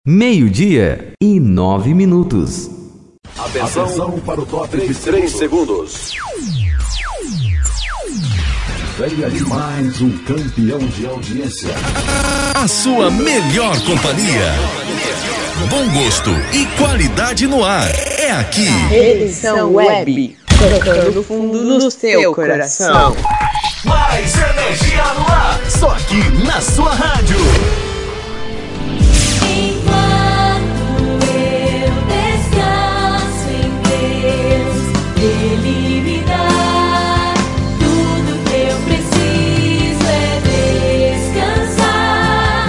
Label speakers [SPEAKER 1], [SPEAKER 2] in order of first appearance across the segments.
[SPEAKER 1] 12:09.
[SPEAKER 2] Atenção para o top de 3 segundos. Venha de mais um campeão de audiência.
[SPEAKER 3] A sua melhor companhia. Bom gosto e qualidade no ar. É aqui.
[SPEAKER 4] Redenção Web. Tocando fundo no seu coração.
[SPEAKER 3] Mais energia no ar. Só aqui na sua rádio.
[SPEAKER 5] Enquanto eu descanso em Deus, Ele me dá tudo que eu preciso, é descansar,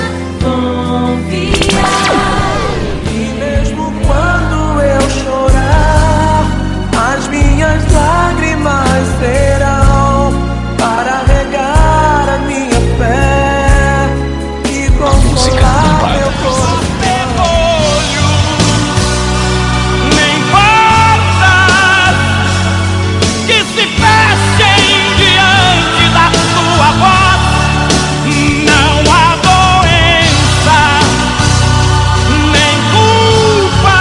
[SPEAKER 5] confiar.
[SPEAKER 6] E mesmo quando eu chorar, as minhas lágrimas serão para regar a minha fé e consolar meu coração. Nem importa que se fechem diante da tua voz, não há doença, nem culpa.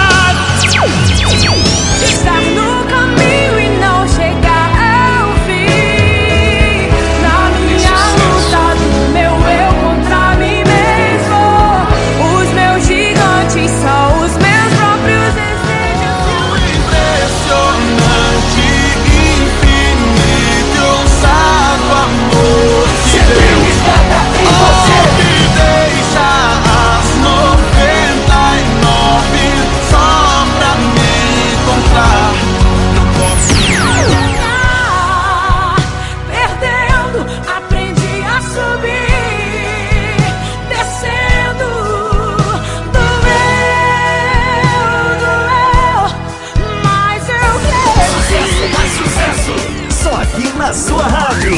[SPEAKER 5] Estar no caminho e não chegar ao fim, na minha luta do meu eu contra mim mesmo. Os meus gigantes são os meus próprios desejos.
[SPEAKER 6] Impressionante, infinito, ousado amor de Deus, que deixa as 99 só pra me encontrar. Não posso
[SPEAKER 5] Perdendo, aprendi a subir, descendo, doeu, mas eu quero.
[SPEAKER 3] Sucesso. Só aqui na sua rádio.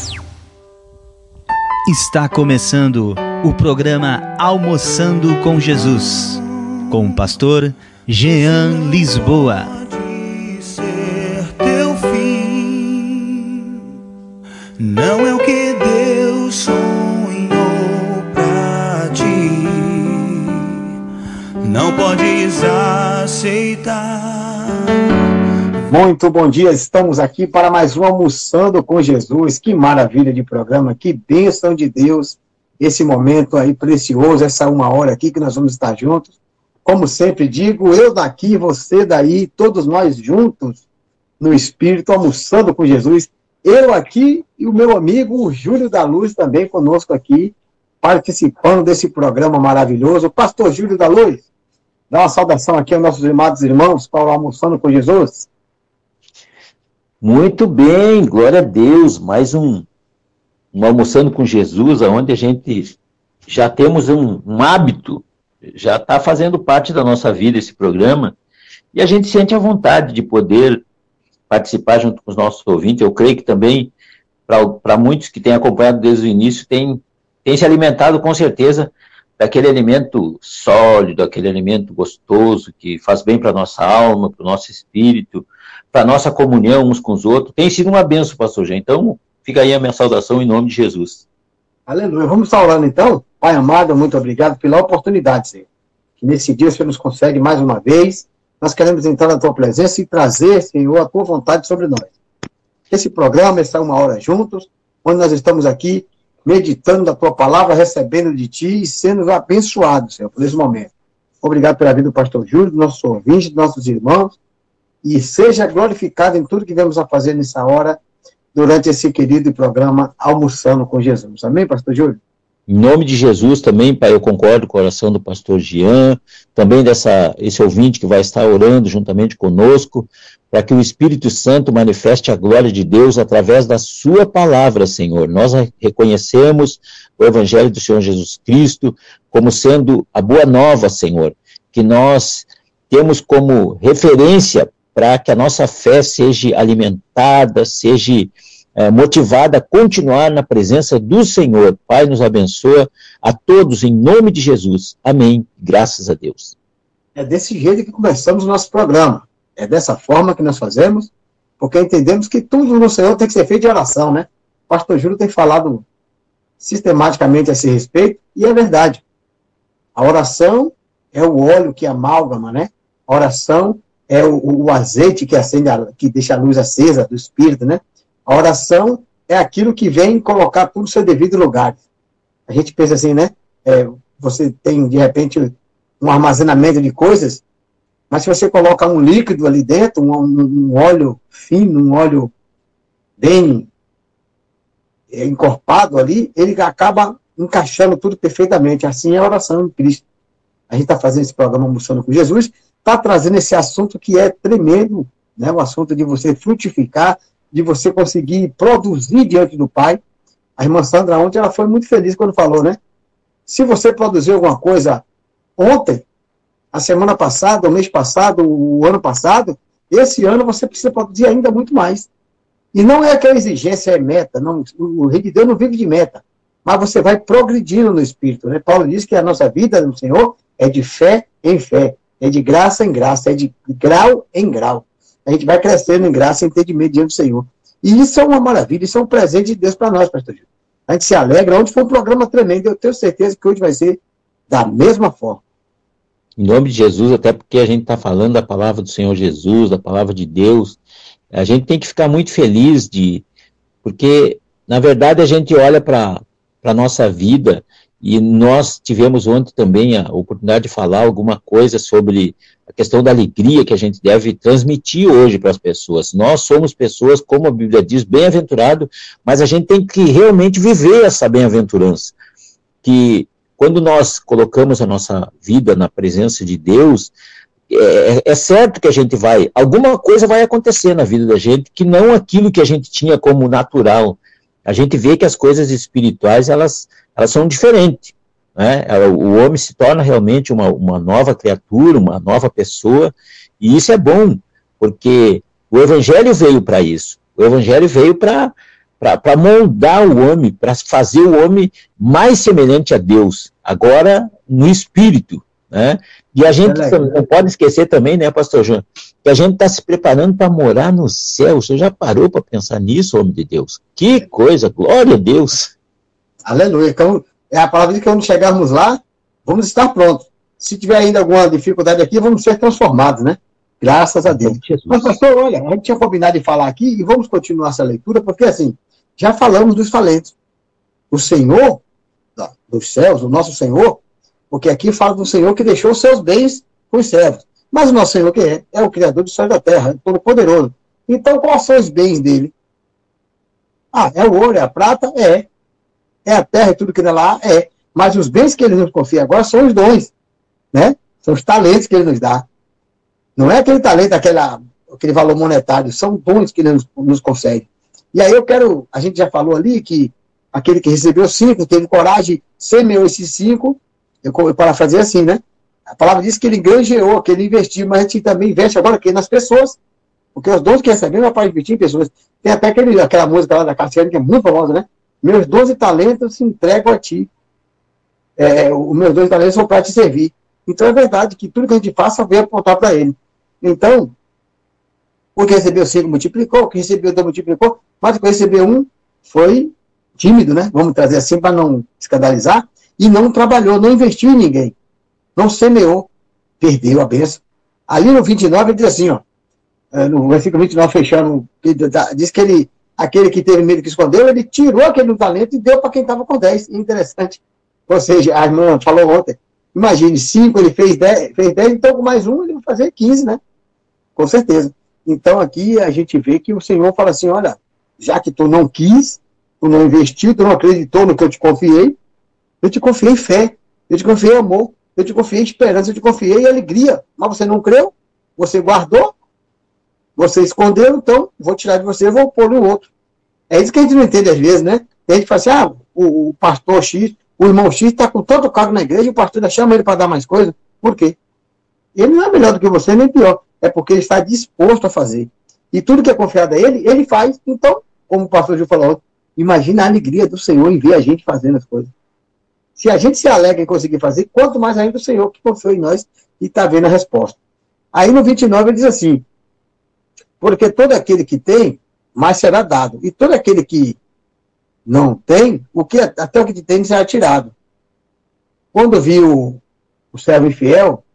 [SPEAKER 1] Está começando o programa Almoçando com Jesus, com o pastor Jean Lisboa.
[SPEAKER 6] pode ser teu fim. Não é o que Deus sonhou pra ti. Não podes aceitar.
[SPEAKER 7] Muito bom dia, estamos aqui para mais um Almoçando com Jesus. Que maravilha de programa, que bênção de Deus, esse momento aí precioso, essa 1 hora aqui que nós vamos estar juntos. Como sempre digo, eu daqui, você daí, todos nós juntos no Espírito, almoçando com Jesus. Eu aqui e o meu amigo, o Júlio da Luz, também conosco aqui, participando desse programa maravilhoso. Pastor Júlio da Luz, dá uma saudação aqui aos nossos amados irmãos para o Almoçando com Jesus.
[SPEAKER 8] Muito bem, glória a Deus, mais um Almoçando com Jesus, onde a gente já temos um hábito, já está fazendo parte da nossa vida esse programa, e a gente sente a vontade de poder participar junto com os nossos ouvintes. Eu creio que também, para muitos que têm acompanhado desde o início, tem se alimentado com certeza daquele alimento sólido, aquele alimento gostoso, que faz bem para a nossa alma, para o nosso espírito, para a nossa comunhão uns com os outros. Tem sido uma bênção, pastor Jean. Então, fica aí a minha saudação em nome de Jesus.
[SPEAKER 7] Aleluia. Vamos estar orando então? Pai amado, muito obrigado pela oportunidade, Senhor. Que nesse dia o Senhor nos concede mais uma vez. Nós queremos entrar na tua presença e trazer, Senhor, a tua vontade sobre nós. Esse programa está 1 hora juntos, onde nós estamos aqui meditando da tua palavra, recebendo de ti e sendo abençoados, Senhor, por esse momento. Obrigado pela vida do pastor Júlio, do nosso ouvinte, dos nossos irmãos, e seja glorificado em tudo que vamos a fazer nessa hora, durante esse querido programa Almoçando com Jesus. Amém, pastor Júlio?
[SPEAKER 8] Em nome de Jesus também, Pai, eu concordo com a oração do pastor Jean, também esse ouvinte que vai estar orando juntamente conosco, para que o Espírito Santo manifeste a glória de Deus através da sua palavra, Senhor. Nós reconhecemos o Evangelho do Senhor Jesus Cristo como sendo a boa nova, Senhor, que nós temos como referência para que a nossa fé seja alimentada, seja motivada a continuar na presença do Senhor. Pai, nos abençoa a todos em nome de Jesus. Amém. Graças a Deus.
[SPEAKER 7] É desse jeito que começamos o nosso programa. É dessa forma que nós fazemos, porque entendemos que tudo no Senhor tem que ser feito de oração, né? O pastor Júlio tem falado sistematicamente a esse respeito, e é verdade. A oração é o óleo que amálgama, né? A oração é o azeite que acende, que deixa a luz acesa do Espírito, né? A oração é aquilo que vem colocar tudo no seu devido lugar. A gente pensa assim, né? Você tem, de repente, um armazenamento de coisas, mas se você coloca um líquido ali dentro, um óleo fino, um óleo bem encorpado ali, ele acaba encaixando tudo perfeitamente. Assim é a oração em Cristo. A gente está fazendo esse programa Almoçando com Jesus, está trazendo esse assunto que é tremendo, né? O assunto de você frutificar, de você conseguir produzir diante do Pai. A irmã Sandra ontem, ela foi muito feliz quando falou, né? Se você produziu alguma coisa ontem, a semana passada, o mês passado, o ano passado, esse ano você precisa produzir ainda muito mais. E não é aquela exigência, é meta. Não, o Rei de Deus não vive de meta. Mas você vai progredindo no Espírito, né? Paulo diz que a nossa vida no Senhor é de fé em fé, é de graça em graça, é de grau em grau. A gente vai crescendo em graça e entendimento diante do Senhor. E isso é uma maravilha, isso é um presente de Deus para nós, pastor Gil. A gente se alegra. Ontem foi um programa tremendo, eu tenho certeza que hoje vai ser da mesma forma.
[SPEAKER 8] Em nome de Jesus, até porque a gente está falando da palavra do Senhor Jesus, da palavra de Deus, a gente tem que ficar muito feliz porque, na verdade, a gente olha para a nossa vida, e nós tivemos ontem também a oportunidade de falar alguma coisa sobre a questão da alegria que a gente deve transmitir hoje para as pessoas. Nós somos pessoas, como a Bíblia diz, bem-aventurado, mas a gente tem que realmente viver essa bem-aventurança, que quando nós colocamos a nossa vida na presença de Deus, é certo que a gente alguma coisa vai acontecer na vida da gente, que não aquilo que a gente tinha como natural. A gente vê que as coisas espirituais, elas são diferentes, né? O homem se torna realmente uma nova criatura, uma nova pessoa, e isso é bom, porque o Evangelho veio para isso. O Evangelho veio para moldar o homem, para fazer o homem mais semelhante a Deus, agora no espírito, né? E a gente não pode esquecer também, né, pastor João, que a gente está se preparando para morar no céu. Você já parou para pensar nisso, homem de Deus? Que coisa, glória a Deus! Aleluia.
[SPEAKER 7] Então, é a palavra de que quando chegarmos lá, vamos estar prontos. Se tiver ainda alguma dificuldade aqui, vamos ser transformados, né? Graças a Deus. Mas, pastor, olha, a gente tinha combinado de falar aqui e vamos continuar essa leitura, porque assim, já falamos dos talentos. O Senhor dos céus, o nosso Senhor, porque aqui fala do Senhor que deixou os seus bens com os servos. Mas o nosso Senhor que é o Criador do céu e da terra, é todo poderoso. Então, quais são os bens dele? É o ouro, é a prata? É a terra e tudo que nela há? É. Mas os bens que ele nos confia agora são os dons, né? São os talentos que ele nos dá. Não é aquele talento, aquele valor monetário, são dons que ele nos concede. E aí a gente já falou ali que aquele que recebeu 5, teve coragem, semeou esses 5, eu parafraseei assim, né? A palavra diz que ele granjeou, que ele investiu, mas a gente também investe agora aqui nas pessoas, porque os dons que recebemos é para investir em pessoas. Tem até aquela música lá da Cassiane, que é muito famosa, né? Meus 12 talentos se entregam a ti. Os meus 12 talentos são para te servir. Então é verdade que tudo que a gente faça vem apontar para ele. Então, o que recebeu 5 multiplicou, o que recebeu 2 multiplicou, mas o que recebeu 1 foi tímido, né? Vamos trazer assim para não escandalizar, e não trabalhou, não investiu em ninguém. Não semeou, perdeu a bênção. Ali no 29 ele diz assim, ó, no versículo 29 fechando, diz que aquele que teve medo que escondeu, ele tirou aquele talento e deu para quem estava com 10. Interessante. Ou seja, a irmã falou ontem, imagine, 5 ele fez 10, então com mais 1 ele vai fazer 15, né? Com certeza. Então aqui a gente vê que o Senhor fala assim, olha, já que tu não quis, tu não investiu, tu não acreditou no que eu te confiei fé, eu te confiei amor, eu te confiei esperança, eu te confiei alegria, mas você não creu, você guardou, você escondeu, então vou tirar de você e vou pôr no outro. É isso que a gente não entende às vezes, né? A gente fala assim, o pastor X, o irmão X está com tanto cargo na igreja, o pastor ainda chama ele para dar mais coisa. Por quê? Ele não é melhor do que você, nem pior. É porque ele está disposto a fazer. E tudo que é confiado a ele, ele faz. Então, como o pastor Gil falou, imagina a alegria do Senhor em ver a gente fazendo as coisas. Se a gente se alegra em conseguir fazer, quanto mais ainda o Senhor que confiou em nós e está vendo a resposta. Aí no 29 ele diz assim, porque todo aquele que tem, mais será dado. E todo aquele que não tem, até o que tem será tirado. Quando viu o servo infiel,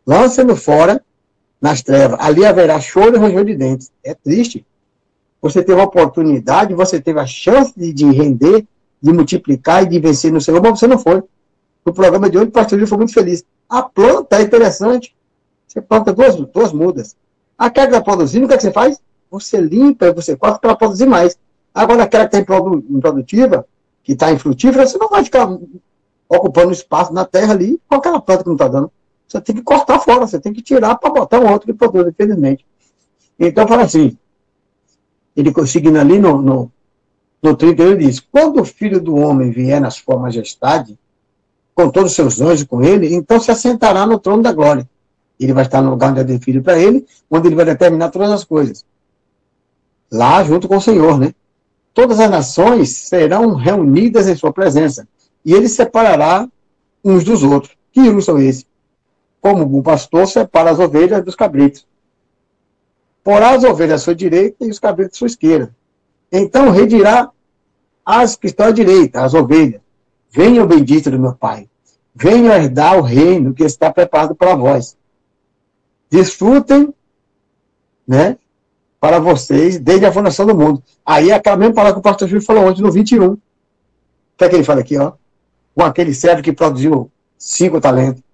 [SPEAKER 7] Lança-no fora, nas trevas. Ali haverá choro e ranger de dentes. É triste. Você teve a oportunidade, você teve a chance de render, de multiplicar e de vencer no Senhor, mas você não foi. No programa de hoje, o pastor Gil foi muito feliz. A planta é interessante. Você planta duas mudas. Aquela que está produzindo, o que, é que você faz? Você limpa, você corta para produzir mais. Agora, aquela que está improdutiva, que está infrutífera, você não vai ficar ocupando espaço na terra ali com aquela planta que não está dando. Você tem que cortar fora, você tem que tirar para botar um outro que produz, infelizmente. Então, fala assim, ele seguindo ali no 30, ele diz, quando o Filho do Homem vier na sua majestade, com todos os seus anjos com ele, então se assentará no trono da glória. Ele vai estar no lugar onde é definido para ele, onde ele vai determinar todas as coisas. Lá, junto com o Senhor, né? Todas as nações serão reunidas em sua presença, e ele separará uns dos outros. Que uns são esses? Como o pastor separa as ovelhas dos cabritos. Porá as ovelhas à sua direita e os cabritos à sua esquerda. Então o rei dirá às que estão à direita, as ovelhas, venham bendito do meu Pai, venham herdar o reino que está preparado para vós. Desfrutem, né, para vocês desde a fundação do mundo. Aí é aquela mesma palavra que o pastor Júlio falou ontem no 21. O que é que ele fala aqui, ó? Com aquele servo que produziu 5 talentos.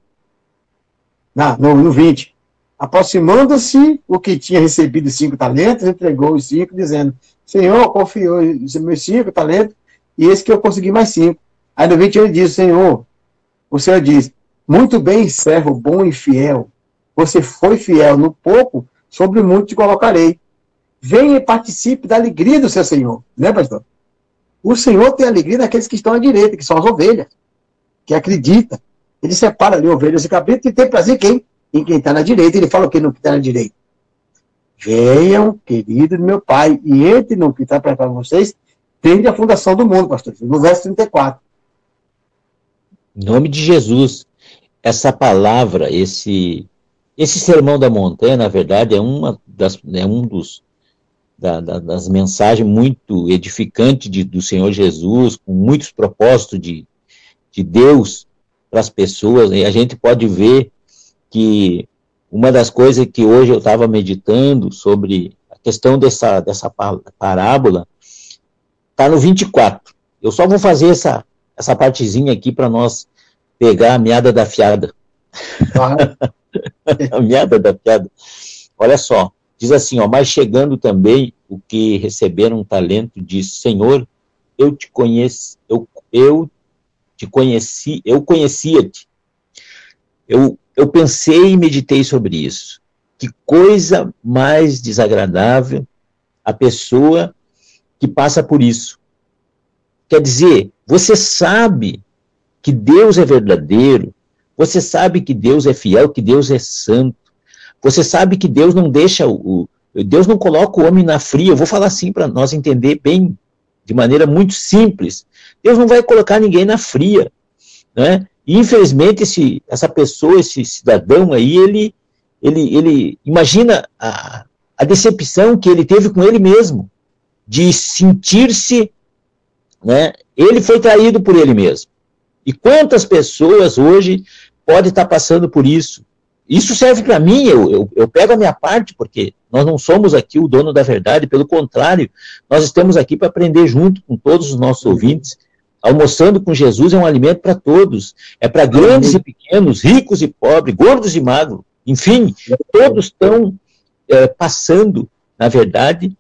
[SPEAKER 7] No 20. Aproximando-se o que tinha recebido 5 talentos, entregou os 5, dizendo, Senhor, confiou os meus 5 talentos, e esse que eu consegui mais 5. Aí no 20 ele diz, o Senhor diz, muito bem, servo bom e fiel, você foi fiel no pouco, sobre muito te colocarei. Venha e participe da alegria do seu Senhor. Né, pastor? O Senhor tem alegria naqueles que estão à direita, que são as ovelhas, que acreditam. Ele separa ali ovelhas e cabritos e tem prazer em quem está na direita. Ele fala o que não está na direita. Venham, querido meu Pai, e entre no que está para vocês, desde a fundação do mundo, pastor. No verso 34.
[SPEAKER 8] Em nome de Jesus, essa palavra, esse sermão da montanha, na verdade, é das mensagens muito edificantes do Senhor Jesus, com muitos propósitos de Deus para as pessoas. E a gente pode ver que uma das coisas que hoje eu estava meditando sobre a questão dessa parábola está no 24. Eu só vou fazer essa partezinha aqui para nós pegar a meada da fiada. A meada da fiada. Olha só, diz assim, ó, mas chegando também o que receberam um talento, diz, Senhor, eu conhecia-te. Eu pensei e meditei sobre isso. Que coisa mais desagradável a pessoa que passa por isso. Quer dizer, você sabe que Deus é verdadeiro, você sabe que Deus é fiel, que Deus é santo, você sabe que Deus não deixa, Deus não coloca o homem na fria. Eu vou falar assim para nós entender bem, de maneira muito simples. Deus não vai colocar ninguém na fria, né? E, infelizmente, essa pessoa, esse cidadão aí, ele imagina a decepção que ele teve com ele mesmo, de sentir-se, né? Ele foi traído por ele mesmo. E quantas pessoas hoje podem estar passando por isso? Isso serve para mim, eu pego a minha parte, porque nós não somos aqui o dono da verdade, pelo contrário, nós estamos aqui para aprender junto com todos os nossos ouvintes. Almoçando com Jesus é um alimento para todos, é para grandes e pequenos, ricos e pobres, gordos e magros, enfim, todos estão passando, na verdade,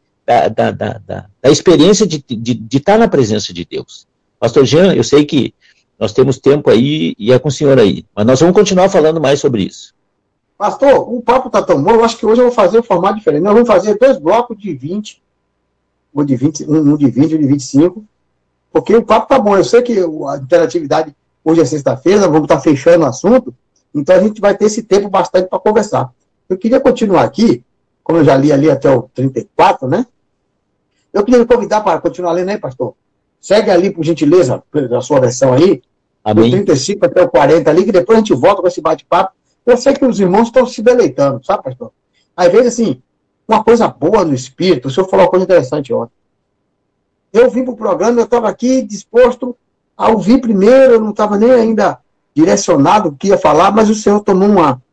[SPEAKER 8] da experiência de estar na presença de Deus. Pastor Jean, eu sei que nós temos tempo aí e é com o senhor aí, mas nós vamos continuar falando mais sobre isso.
[SPEAKER 7] Pastor, o papo está tão bom, eu acho que hoje eu vou fazer um formato diferente. Nós vamos fazer 2 blocos de 20, um de 20 e um de 25, porque o papo tá bom. Eu sei que a interatividade hoje é sexta-feira, nós vamos estar fechando o assunto, então a gente vai ter esse tempo bastante para conversar. Eu queria continuar aqui, como eu já li ali até o 34, né? Eu queria me convidar para continuar lendo aí, pastor. Segue ali, por gentileza, a sua versão aí,
[SPEAKER 8] Amém.
[SPEAKER 7] do 35 até o 40 ali, que depois a gente volta com esse bate-papo. Eu sei que os irmãos estão se deleitando, sabe, pastor? Às vezes, assim, uma coisa boa no espírito, o senhor falou uma coisa interessante ontem. Eu vim para o programa, eu estava aqui disposto a ouvir primeiro, eu não estava nem ainda direcionado o que ia falar, mas o senhor tomou uma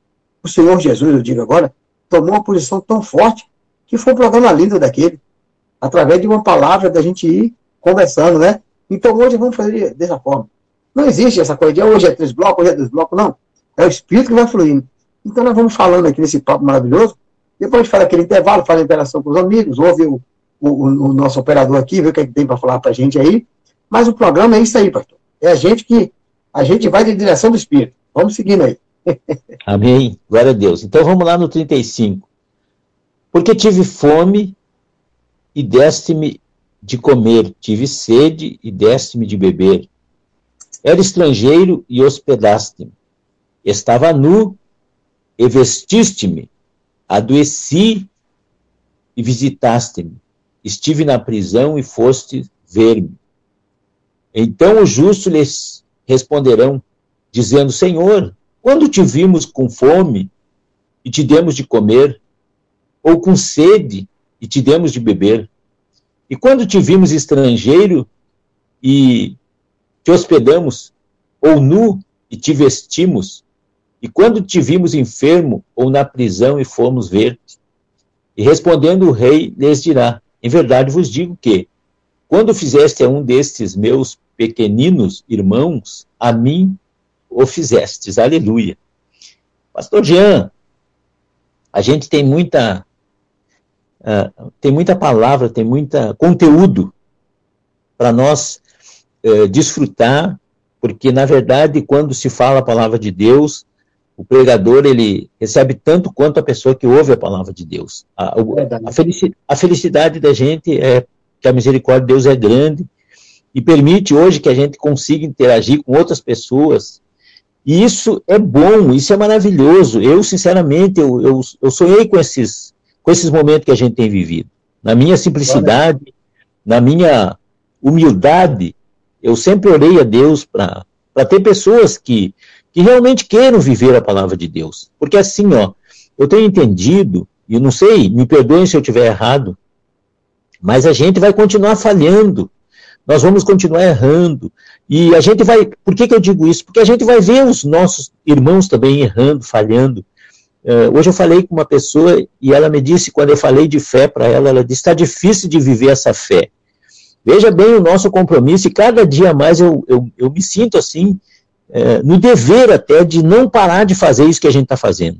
[SPEAKER 7] o Senhor Jesus, eu digo agora, tomou uma posição tão forte que foi um programa lindo daquele, através de uma palavra da gente ir conversando, né? Então hoje vamos fazer dessa forma. Não existe essa coisa de hoje é 3 blocos, hoje é 2 blocos, não. É o Espírito que vai fluindo. Então nós vamos falando aqui nesse papo maravilhoso, depois a gente faz aquele intervalo, faz a interação com os amigos, ouve o nosso operador aqui, vê o que, é que tem para falar para a gente aí. Mas o programa é isso aí, pastor. É a gente vai na direção do Espírito. Vamos seguindo aí.
[SPEAKER 8] Amém. Glória a Deus. Então vamos lá no 35. Porque tive fome e deste-me de comer, tive sede e deste-me de beber. Era estrangeiro e hospedaste-me. Estava nu e vestiste-me. Adoeci e visitaste-me. Estive na prisão e foste ver-me. Então os justos lhes responderão, dizendo, Senhor, quando te vimos com fome e te demos de comer, ou com sede e te demos de beber? E quando te vimos estrangeiro e te hospedamos, ou nu e te vestimos? E quando te vimos enfermo ou na prisão e fomos ver-te? E respondendo o rei lhes dirá, em verdade vos digo que, quando fizeste a um destes meus pequeninos irmãos, a mim o fizestes. Aleluia. Pastor Jean, a gente tem muita palavra, tem muito conteúdo para nós desfrutar, porque, na verdade, quando se fala a palavra de Deus, o pregador, ele recebe tanto quanto a pessoa que ouve a palavra de Deus. A felicidade da gente é que a misericórdia de Deus é grande e permite hoje que a gente consiga interagir com outras pessoas. E isso é bom, isso é maravilhoso. Eu, sinceramente, eu sonhei com esses momentos que a gente tem vivido. Na minha simplicidade, na minha humildade, eu sempre orei a Deus para ter pessoas que realmente queiram viver a palavra de Deus. Porque assim, eu tenho entendido, e eu não sei, me perdoem se eu estiver errado, mas a gente vai continuar falhando, nós vamos continuar errando, e a gente vai, por que eu digo isso? Porque a gente vai ver os nossos irmãos também errando, falhando. Hoje eu falei com uma pessoa, e ela me disse, quando eu falei de fé para ela, ela disse, está difícil de viver essa fé. Veja bem o nosso compromisso, e cada dia mais eu me sinto assim, no dever até de não parar de fazer isso que a gente está fazendo.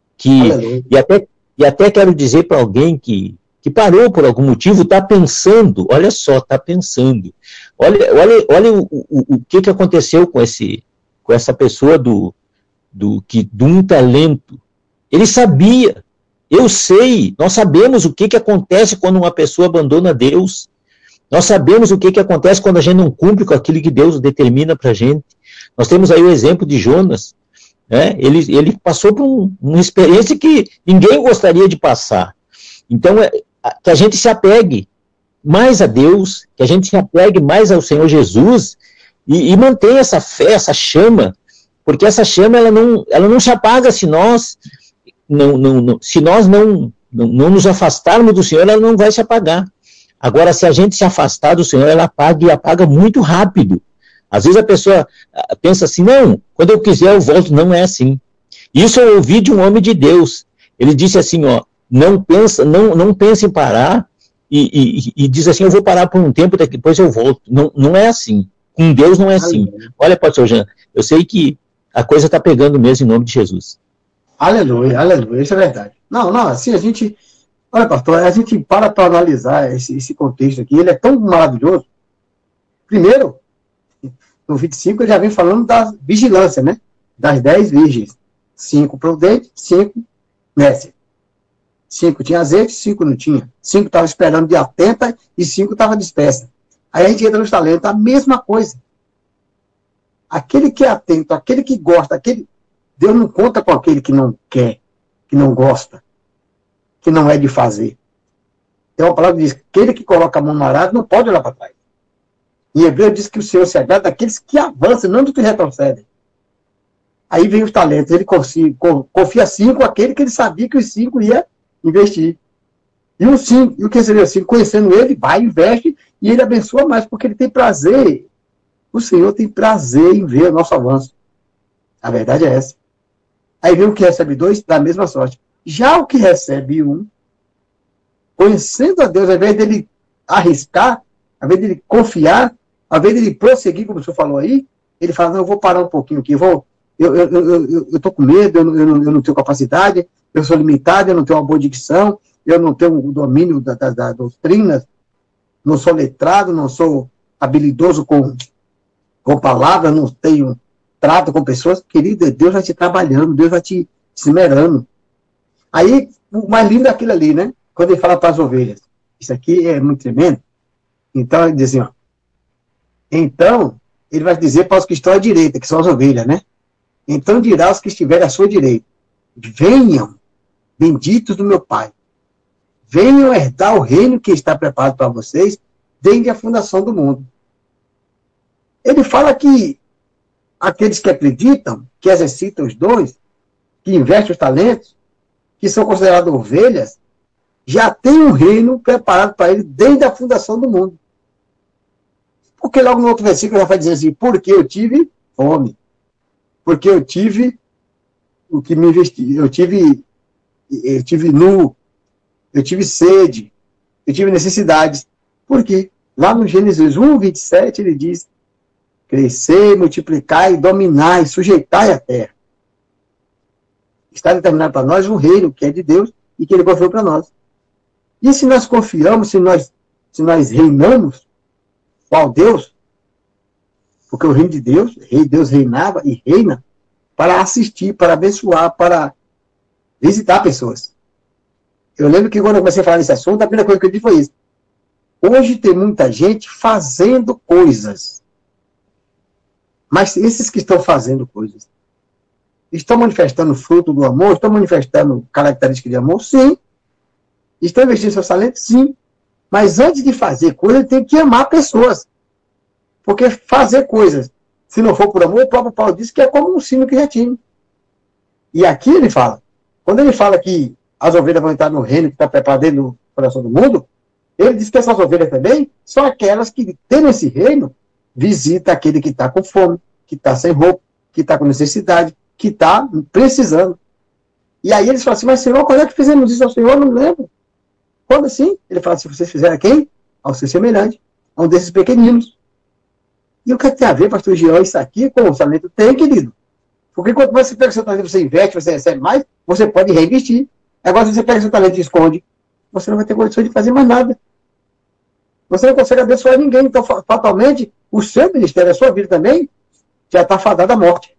[SPEAKER 8] E até quero dizer para alguém que parou por algum motivo, está pensando, olha só, está pensando. Olha o que aconteceu com essa pessoa do um talento. Ele sabia, eu sei, nós sabemos o que acontece quando uma pessoa abandona Deus. Nós sabemos o que acontece quando a gente não cumpre com aquilo que Deus determina para a gente. Nós temos aí o exemplo de Jonas, né? Ele passou por uma experiência que ninguém gostaria de passar. Então, que a gente se apegue mais a Deus, que a gente se apegue mais ao Senhor Jesus e mantenha essa fé, essa chama, porque essa chama ela não se apaga se nós não nos afastarmos do Senhor, ela não vai se apagar. Agora, se a gente se afastar do Senhor, ela apaga e apaga muito rápido. Às vezes a pessoa pensa assim, não, quando eu quiser eu volto. Não é assim. Isso eu ouvi de um homem de Deus. Ele disse assim, não pensa em parar e diz assim, eu vou parar por um tempo, depois eu volto. Não é assim. Com Deus não é assim. Olha, pastor Jean, eu sei que a coisa está pegando mesmo em nome de Jesus.
[SPEAKER 7] Aleluia, aleluia, isso é verdade. Não, assim a gente... Olha, pastor, a gente para analisar esse contexto aqui, ele é tão maravilhoso. Primeiro, no 25 ele já vem falando da vigilância, né? Das 10 virgens. 5 prudentes, 5 nécias. 5 tinha azeite, 5 não tinha. 5 estavam esperando de atenta e 5 estavam dispersa. Aí a gente entra nos talentos, a mesma coisa. Aquele que é atento, aquele que gosta, Deus não conta com aquele que não quer, que não gosta, que não é de fazer. Tem uma palavra que diz, aquele que coloca a mão no arado não pode olhar para trás. Em Hebreu diz que o Senhor se agrada daqueles que avançam, não dos que retrocedem. Aí vem os talentos, ele confia 5 àquele que ele sabia que os 5 ia investir. E o 5, e o que seria 5? Conhecendo ele, vai, investe, e ele abençoa mais, porque ele tem prazer. O Senhor tem prazer em ver o nosso avanço. A verdade é essa. Aí vem o que recebe 2, da mesma sorte. Já o que recebe 1, conhecendo a Deus, ao invés dele arriscar, ao invés dele confiar, ao invés dele prosseguir, como o senhor falou aí, ele fala, não, eu vou parar um pouquinho aqui, eu tô com medo, eu não tenho capacidade, eu sou limitado, eu não tenho uma boa dicção, eu não tenho o domínio das doutrinas, não sou letrado, não sou habilidoso com palavras, não tenho trato com pessoas. Querido, Deus vai te trabalhando, Deus vai te esmerando. Aí, o mais lindo é aquilo ali, né? Quando ele fala para as ovelhas. Isso aqui é muito tremendo. Então, ele diz assim, ó. Então, ele vai dizer para os que estão à direita, que são as ovelhas, né? Então dirá aos que estiverem à sua direita, venham, benditos do meu Pai, venham herdar o reino que está preparado para vocês desde a fundação do mundo. Ele fala que aqueles que acreditam, que exercitam os dons, que investem os talentos, que são considerados ovelhas, já têm um reino preparado para eles desde a fundação do mundo. Porque logo no outro versículo já vai dizer assim, porque eu tive fome, porque eu tive o que me vestir, eu tive nu, eu tive sede, eu tive necessidades. Por quê? Lá no Gênesis 1, 27, ele diz, crescer, multiplicar e dominar e sujeitar a terra. Está determinado para nós um reino que é de Deus e que ele confiou para nós. E se nós confiamos, se nós reinamos, qual Deus? Porque o reino de Deus, Deus reinava e reina para assistir, para abençoar, para visitar pessoas. Eu lembro que quando eu comecei a falar desse assunto, a primeira coisa que eu disse foi isso. Hoje tem muita gente fazendo coisas. Mas esses que estão fazendo coisas, estão manifestando fruto do amor? Estão manifestando características de amor? Sim. Estão investindo seus talentos? Sim. Mas antes de fazer coisas, tem que amar pessoas. Porque fazer coisas, se não for por amor, o próprio Paulo disse que é como um sino que retine. E aqui ele fala, quando ele fala que as ovelhas vão entrar no reino que está preparado dentro do coração do mundo, ele diz que essas ovelhas também são aquelas que, tendo esse reino, visita aquele que está com fome, que está sem roupa, que está com necessidade, que está precisando. E aí eles falam assim, mas Senhor, quando é que fizemos isso ao Senhor? Não lembro. Quando assim? Ele fala, se vocês fizerem a quem? Ao seu semelhante, a um desses pequeninos. E o que tem a ver, pastor Jean, isso aqui com o orçamento? Tem, querido. Porque quanto mais você pega o seu talento, você investe, você recebe mais, você pode reinvestir. Agora, se você pega o seu talento e esconde, você não vai ter condições de fazer mais nada. Você não consegue abençoar ninguém. Então, fatalmente, o seu ministério, a sua vida também, já está fadada à morte.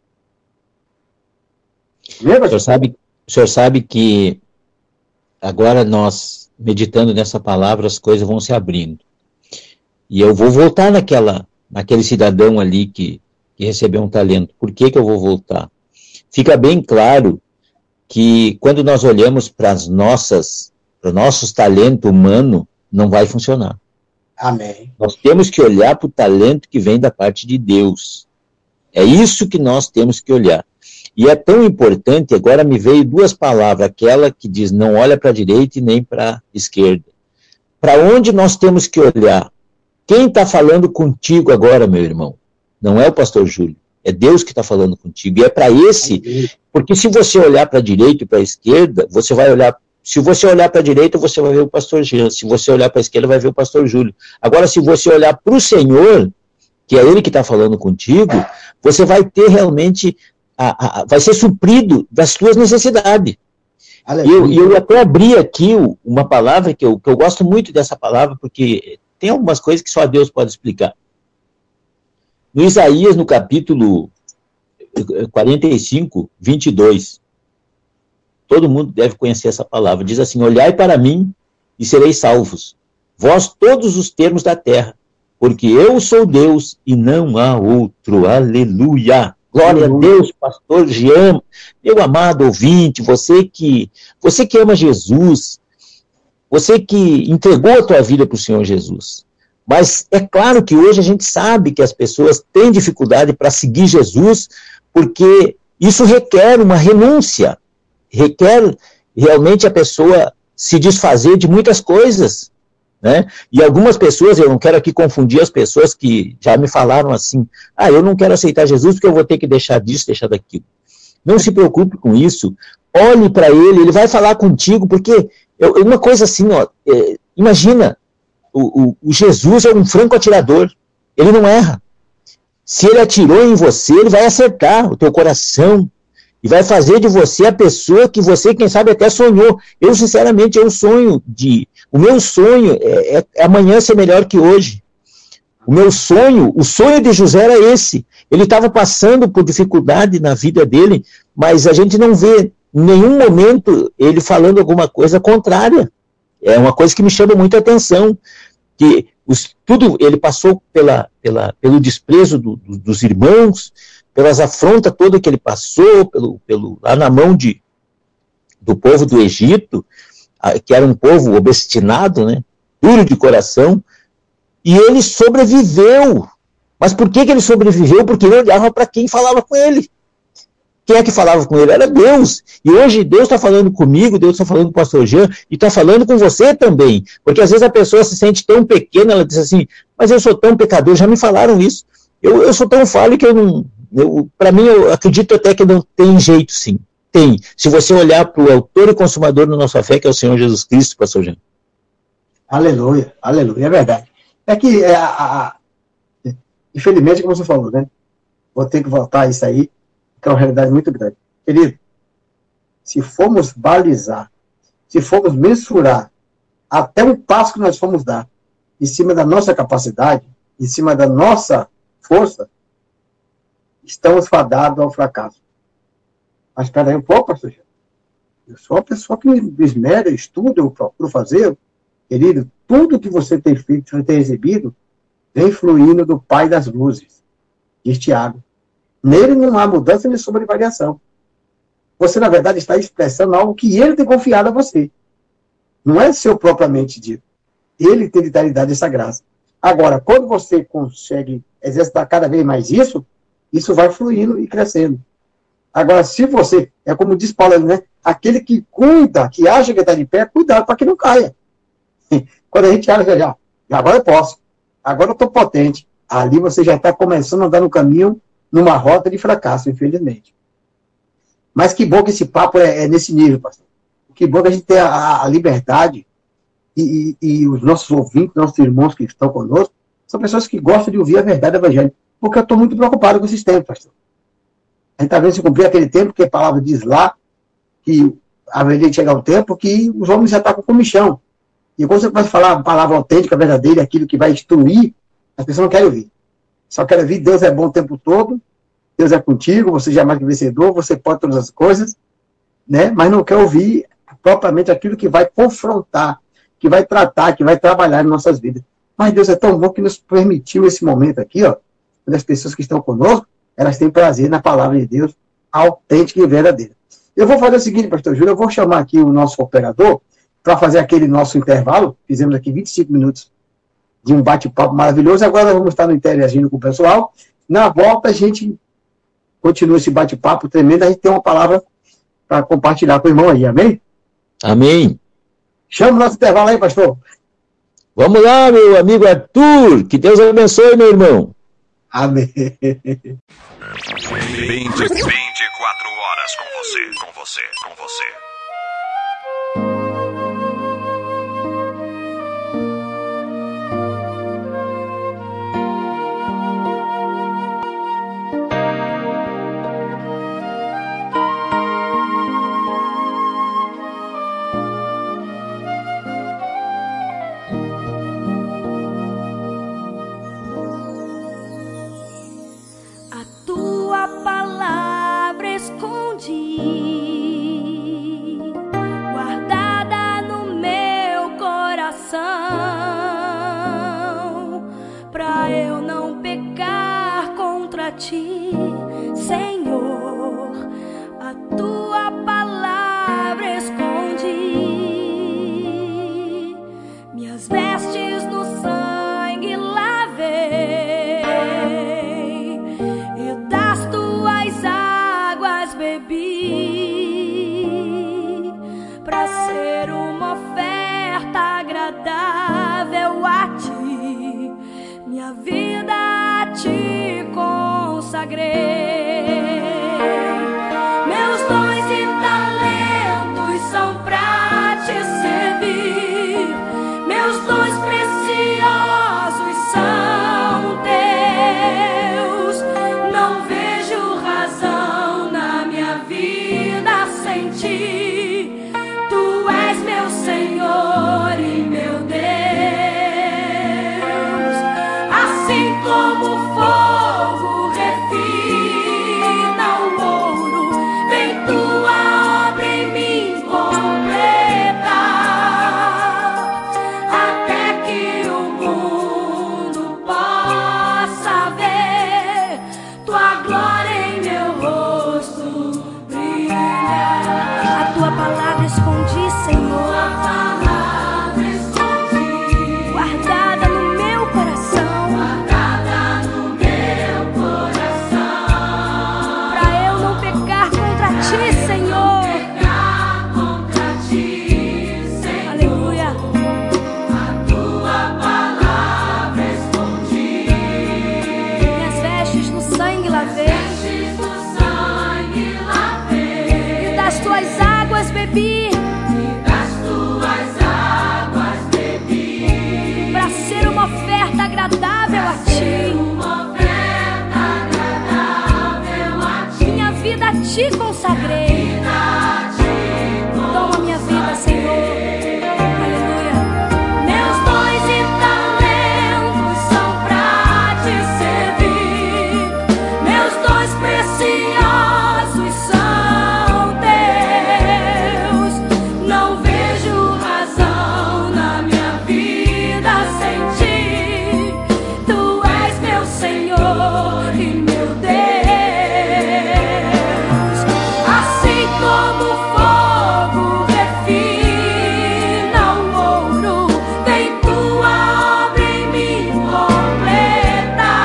[SPEAKER 7] Lembra?
[SPEAKER 8] O senhor sabe que agora nós, meditando nessa palavra, as coisas vão se abrindo. E eu vou voltar naquele cidadão ali que recebeu um talento. Por que eu vou voltar? Fica bem claro que quando nós olhamos para os nossos talentos humanos, não vai funcionar.
[SPEAKER 7] Amém.
[SPEAKER 8] Nós temos que olhar para o talento que vem da parte de Deus. É isso que nós temos que olhar. E é tão importante, agora me veio duas palavras, aquela que diz não olha para a direita e nem para a esquerda. Para onde nós temos que olhar? Quem está falando contigo agora, meu irmão? Não é o pastor Júlio, é Deus que está falando contigo. E é para esse, porque se você olhar para a direita e para a esquerda, você vai olhar, se você olhar para a direita, você vai ver o pastor Jean, se você olhar para a esquerda, vai ver o pastor Júlio. Agora, se você olhar para o Senhor, que é Ele que está falando contigo, você vai ter realmente, vai ser suprido das suas necessidades. E eu até abri aqui uma palavra que eu gosto muito dessa palavra, porque tem algumas coisas que só Deus pode explicar. No Isaías, no capítulo 45, 22, todo mundo deve conhecer essa palavra, diz assim, olhai para mim e sereis salvos, vós todos os termos da terra, porque eu sou Deus e não há outro, aleluia. Glória a Deus, pastor Jean, meu amado ouvinte, você que ama Jesus, você que entregou a tua vida para o Senhor Jesus. Mas é claro que hoje a gente sabe que as pessoas têm dificuldade para seguir Jesus, porque isso requer uma renúncia, requer realmente a pessoa se desfazer de muitas coisas, né? E algumas pessoas, eu não quero aqui confundir as pessoas que já me falaram assim, eu não quero aceitar Jesus porque eu vou ter que deixar disso, deixar daquilo. Não se preocupe com isso. Olhe para ele vai falar contigo, porque uma coisa assim, ó, imagina, o Jesus é um franco atirador, ele não erra. Se ele atirou em você, ele vai acertar o teu coração e vai fazer de você a pessoa que você, quem sabe, até sonhou. Eu, sinceramente, o meu sonho é amanhã ser melhor que hoje. O sonho de José era esse. Ele estava passando por dificuldade na vida dele, mas a gente não vê em nenhum momento ele falando alguma coisa contrária. É uma coisa que me chama muita atenção, que ele passou pelo desprezo dos irmãos, pelas afrontas todas que ele passou, lá na mão do povo do Egito, que era um povo obstinado, né, duro de coração, e ele sobreviveu. Mas por que ele sobreviveu? Porque ele olhava para quem falava com ele. Quem é que falava com ele? Era Deus. E hoje Deus está falando comigo, Deus está falando com o pastor Jean, e está falando com você também. Porque às vezes a pessoa se sente tão pequena, ela diz assim, mas eu sou tão pecador, já me falaram isso. Eu sou tão falho que para mim, eu acredito até que não tem jeito, sim. Tem. Se você olhar para o autor e consumador da nossa fé, que é o Senhor Jesus Cristo, pastor Jean.
[SPEAKER 7] Aleluia, aleluia, é verdade. É que, infelizmente, como você falou, né? Vou ter que voltar a isso aí, que é uma realidade muito grande. Querido, se formos balizar, se formos mensurar até um passo que nós fomos dar, em cima da nossa capacidade, em cima da nossa força, estamos fadados ao fracasso. Mas espera aí um pouco, pastor. Eu sou uma pessoa que me esmera, estuda, eu procuro fazer. Querido, tudo que você tem feito, que você tem recebido, vem fluindo do Pai das luzes, diz Tiago. Nele não há mudança nem sobrevariação. Você, na verdade, está expressando algo que ele tem confiado a você. Não é seu propriamente dito. Ele tem de dar essa graça. Agora, quando você consegue exercitar cada vez mais isso vai fluindo e crescendo. Agora, se você, é como diz Paulo, né? Aquele que cuida, que acha que está de pé, cuidado para que não caia. Quando a gente acha, já agora eu posso, agora eu estou potente, ali você já está começando a andar no caminho, numa rota de fracasso, infelizmente. Mas que bom que esse papo é nesse nível, pastor. Que bom que a gente tem a liberdade e os nossos ouvintes, nossos irmãos que estão conosco, são pessoas que gostam de ouvir a verdade do evangelho. Porque eu estou muito preocupado com esses tempos, pastor. A gente está vendo se cumprir aquele tempo que a palavra diz lá, que haveria de chegar um tempo que os homens já estão com comichão. E quando você começa a falar a palavra autêntica, verdadeira, aquilo que vai instruir, as pessoas não querem ouvir. Só querem ouvir, Deus é bom o tempo todo, Deus é contigo, você já é mais que vencedor, você pode todas as coisas, né? Mas não quer ouvir propriamente aquilo que vai confrontar, que vai tratar, que vai trabalhar em nossas vidas. Mas Deus é tão bom que nos permitiu esse momento aqui, ó, quando as pessoas que estão conosco, elas têm prazer na palavra de Deus autêntica e verdadeira. Eu vou fazer o seguinte, pastor Júlio, eu vou chamar aqui o nosso operador para fazer aquele nosso intervalo. Fizemos aqui 25 minutos de um bate-papo maravilhoso. Agora nós vamos estar no interagindo com o pessoal. Na volta, a gente continua esse bate-papo tremendo. A gente tem uma palavra para compartilhar com o irmão aí. Amém?
[SPEAKER 8] Amém.
[SPEAKER 7] Chama o nosso intervalo aí, pastor.
[SPEAKER 8] Vamos lá, meu amigo Arthur. Que Deus abençoe, meu irmão.
[SPEAKER 7] Amém.
[SPEAKER 3] 24 horas com você.
[SPEAKER 5] Guardada no meu coração, pra eu não pecar contra ti, Senhor. A tua palavra escondi, minhas vestes no sangue lavei, e das tuas águas bebi, pra ser uma oferta agradável a ti, minha vida a ti consagrei. ti. Tu és meu Senhor e meu Deus. Assim como o fogo refina o ouro, vem tua obra em mim completa, até que o mundo possa ver tua glória em meu rosto brilhar. A tua palavra escondi, Senhor, guardada no meu coração, pra eu não pecar contra ti, Senhor. Aleluia. Minhas vestes no sangue lavei, e das tuas águas bebi, pra ser uma oferta agradável a ti. Minha vida a ti consagrei. Toma minha vida, Senhor. Aleluia. Meus dons e talentos são pra te servir. Meus dons preciosos são teus. Não vejo razão na minha vida sem ti. Tu és meu Senhor e meu Deus. Assim como o fogo refina o ouro, vem tua obra em mim completa,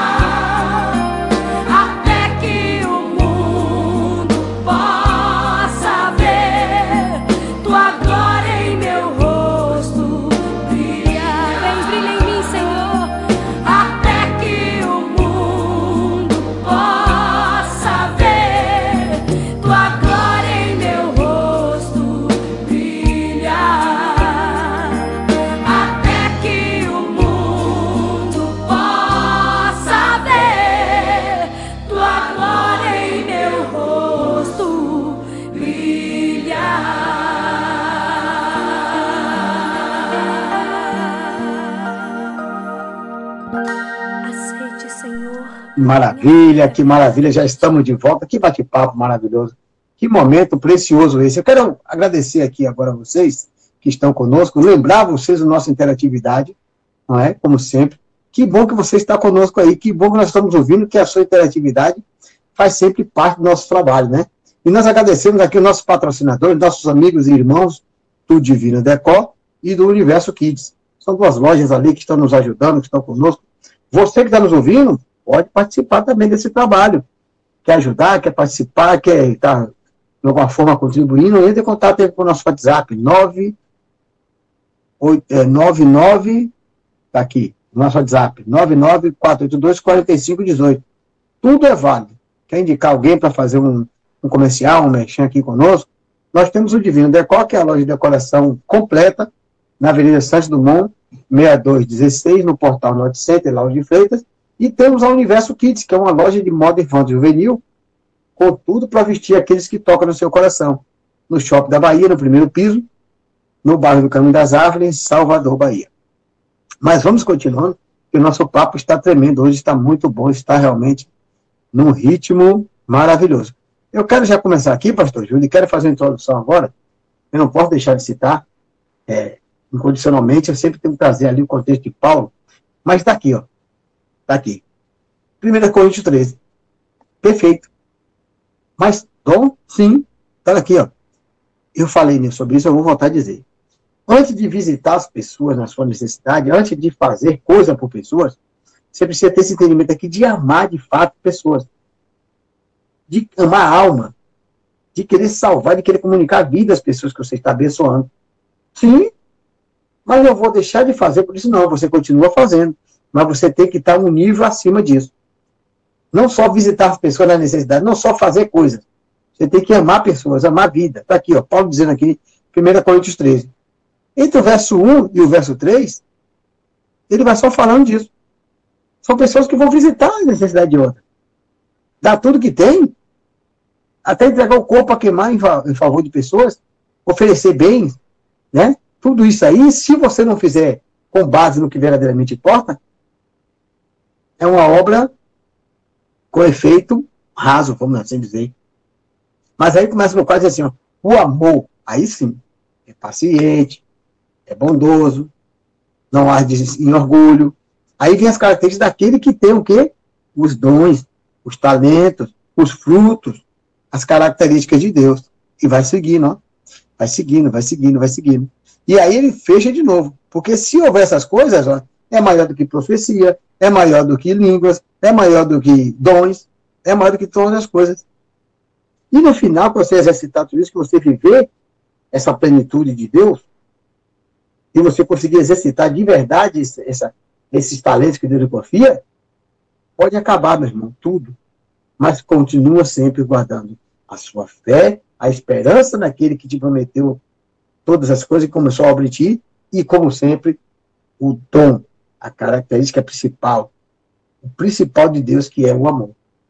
[SPEAKER 5] até que o mundo possa ver tua glória em meu rosto brilhar. Vem, brilha em mim, Senhor, até que o mundo possa ver tua glória em meu rosto brilhar. Até que o mundo possa ver tua glória em meu rosto brilhar. Aceite, Senhor.
[SPEAKER 7] Que maravilha, já estamos de volta. Que bate-papo maravilhoso. Que momento precioso esse. Eu quero agradecer aqui agora a vocês que estão conosco, lembrar vocês da nossa interatividade, não é? Como sempre. Que bom que você está conosco aí, que bom que nós estamos ouvindo, que a sua interatividade faz sempre parte do nosso trabalho, né? E nós agradecemos aqui os nossos patrocinadores, nossos amigos e irmãos do Divino Decor e do Universo Kids. São duas lojas ali que estão nos ajudando, que estão conosco. Você que está nos ouvindo, pode participar também desse trabalho. Quer ajudar, quer participar, quer estar de alguma forma contribuindo, entre em contato com o nosso WhatsApp, 99, tá aqui, nosso WhatsApp, 994824518. Tudo é válido. Quer indicar alguém para fazer um comercial, um merchan aqui conosco? Nós temos o Divino Decor, que é a loja de decoração completa, na Avenida Santos Dumont, 6216, no Portal Norte Center, Lauro de Freitas. E temos a Universo Kids, que é uma loja de moda infantil juvenil, com tudo para vestir aqueles que tocam no seu coração. No Shopping da Bahia, no primeiro piso, no bairro do Caminho das Árvores, em Salvador, Bahia. Mas vamos continuando, porque o nosso papo está tremendo. Hoje está muito bom, está realmente num ritmo maravilhoso. Eu quero já começar aqui, pastor Júlio, e quero fazer uma introdução agora. Eu não posso deixar de citar, incondicionalmente, eu sempre tenho que trazer ali o contexto de Paulo, mas está aqui, ó. Está aqui. 1 Coríntios 13. Perfeito. Mas dom, sim, está aqui, ó. Eu falei sobre isso, eu vou voltar a dizer. Antes de visitar as pessoas na sua necessidade, antes de fazer coisa por pessoas, você precisa ter esse entendimento aqui de amar de fato pessoas. De amar a alma. De querer salvar, de querer comunicar a vida às pessoas que você está abençoando. Sim, mas eu vou deixar de fazer por isso não, você continua fazendo. Mas você tem que estar um nível acima disso. Não só visitar as pessoas na necessidade, não só fazer coisas. Você tem que amar pessoas, amar a vida. Está aqui, ó, Paulo dizendo aqui, 1 Coríntios 13. Entre o verso 1 e o verso 3, ele vai só falando disso. São pessoas que vão visitar a necessidade de outra. Dá tudo que tem. até entregar o corpo a queimar em favor de pessoas, oferecer bens, né? Tudo isso aí, se você não fizer com base no que verdadeiramente importa, é uma obra com efeito raso, vamos assim dizer. Mas aí começa no quadro assim, ó, o amor, aí sim, é paciente, é bondoso, não arde em orgulho. Aí vem as características daquele que tem o quê? Os dons, os talentos, os frutos, as características de Deus. E vai seguindo, ó. Vai seguindo, vai seguindo, vai seguindo. E aí ele fecha de novo. Porque se houver essas coisas, ó, é maior do que profecia, é maior do que línguas, é maior do que dons, é maior do que todas as coisas. E no final, quando você exercitar tudo isso, que você viver essa plenitude de Deus, e você conseguir exercitar de verdade esses talentos que Deus lhe confia, pode acabar, meu irmão, tudo. Mas continua sempre guardando a sua fé, a esperança naquele que te prometeu todas as coisas e começou a obra em ti, e, como sempre, o dom, a característica principal, o principal de Deus, que é o amor.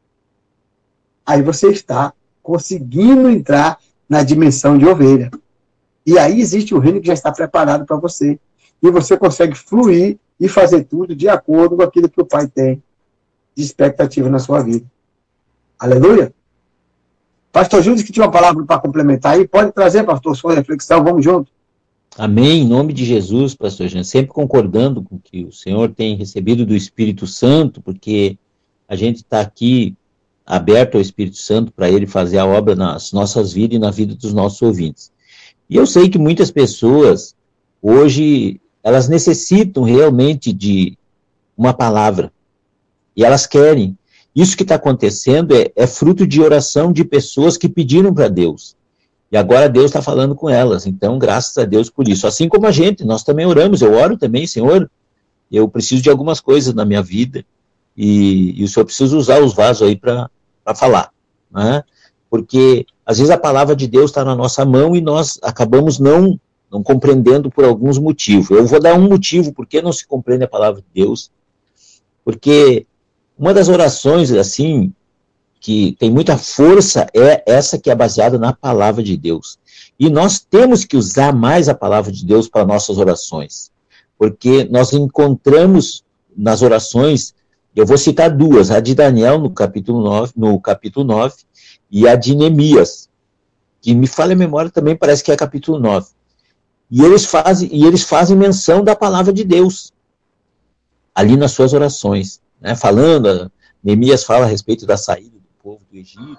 [SPEAKER 7] Aí você está conseguindo entrar na dimensão de ovelha. E aí existe o reino que já está preparado para você. E você consegue fluir e fazer tudo de acordo com aquilo que o Pai tem de expectativa na sua vida. Aleluia? Pastor Júlio que tinha uma palavra para complementar aí. Pode trazer, pastor, sua reflexão. Vamos junto.
[SPEAKER 8] Amém, em nome de Jesus, pastor Jean, sempre concordando com o que o Senhor tem recebido do Espírito Santo, porque a gente está aqui aberto ao Espírito Santo para ele fazer a obra nas nossas vidas e na vida dos nossos ouvintes. E eu sei que muitas pessoas, hoje, elas necessitam realmente de uma palavra, e elas querem. Isso que está acontecendo é fruto de oração de pessoas que pediram para Deus. E agora Deus está falando com elas, então graças a Deus por isso. Assim como a gente, nós também oramos, eu oro também, Senhor, eu preciso de algumas coisas na minha vida, e o Senhor precisa usar os vasos aí para falar, né? Porque às vezes a palavra de Deus está na nossa mão e nós acabamos não compreendendo por alguns motivos. Eu vou dar um motivo por que não se compreende a palavra de Deus, porque uma das orações, assim, que tem muita força é essa que é baseada na palavra de Deus. E nós temos que usar mais a palavra de Deus para nossas orações, porque nós encontramos nas orações, eu vou citar duas, a de Daniel no capítulo 9, e a de Neemias, que me falha a memória também, parece que é capítulo 9. E eles fazem menção da palavra de Deus, ali nas suas orações, né? Falando, Neemias fala a respeito da saída do povo do Egito.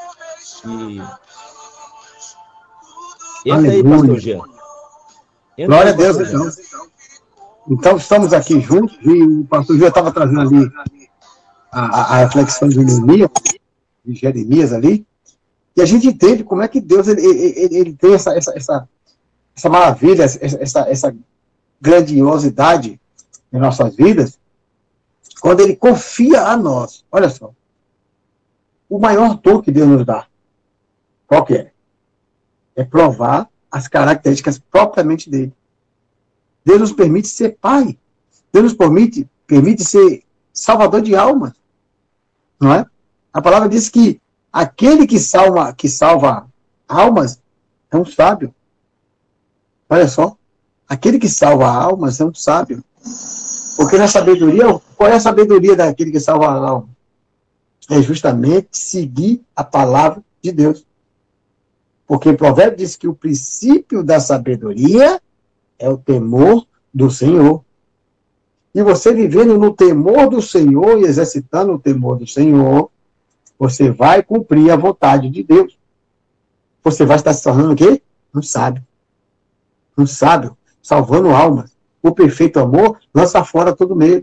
[SPEAKER 8] Entra aí, pastor Jean.
[SPEAKER 7] Glória a Deus, então. Então, estamos aqui juntos, e o pastor Jean estava trazendo ali a reflexão de Neemias, de Jeremias ali, e a gente entende como é que Deus ele tem essa maravilha, essa grandiosidade em nossas vidas, quando ele confia a nós. Olha só, o maior dom que Deus nos dá, qual que é? É provar as características propriamente dele. Deus nos permite ser pai, Deus nos permite ser salvador de almas, não é? A palavra diz que aquele que salva almas é um sábio. Olha só, aquele que salva almas é um sábio. Porque na sabedoria, qual é a sabedoria daquele que salva a alma? É justamente seguir a palavra de Deus. Porque o provérbio diz que o princípio da sabedoria é o temor do Senhor. E você vivendo no temor do Senhor e exercitando o temor do Senhor, você vai cumprir a vontade de Deus. Você vai estar se tornando o quê? Um sábio. Um sábio, salvando almas. O perfeito amor lança fora todo medo.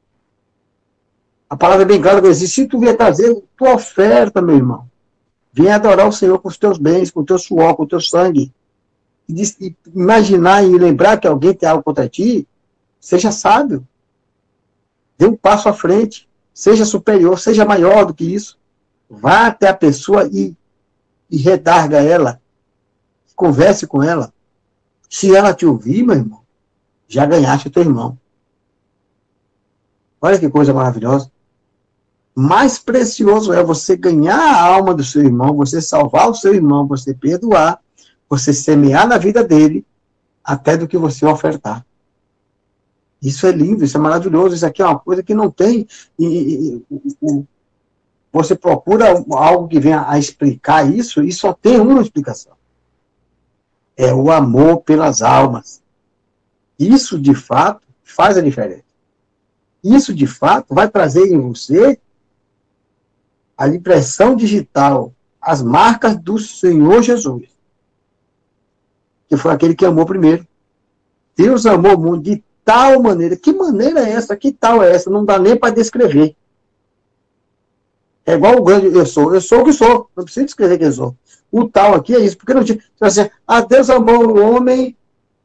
[SPEAKER 7] A palavra é bem clara que diz, se tu vier trazer tua oferta, meu irmão, vem adorar o Senhor com os teus bens, com o teu suor, com o teu sangue. E imaginar e lembrar que alguém tem algo contra ti, seja sábio. Dê um passo à frente. Seja superior, seja maior do que isso. Vá até a pessoa e redarga ela. Converse com ela. Se ela te ouvir, meu irmão, já ganhaste o teu irmão. Olha que coisa maravilhosa. mais precioso é você ganhar a alma do seu irmão, você salvar o seu irmão, você perdoar, você semear na vida dele, até do que você ofertar. Isso é lindo, isso é maravilhoso, isso aqui é uma coisa que não tem, você procura algo que venha a explicar isso, e só tem uma explicação. É o amor pelas almas. Isso, de fato, faz a diferença. Isso, de fato, vai trazer em você a impressão digital, as marcas do Senhor Jesus, que foi aquele que amou primeiro. Deus amou o mundo de tal maneira. Que maneira é essa? Que tal é essa? Não dá nem para descrever. É igual o grande eu sou o que sou, não preciso descrever quem eu sou. O tal aqui é isso, porque não tinha, assim, Deus amou o homem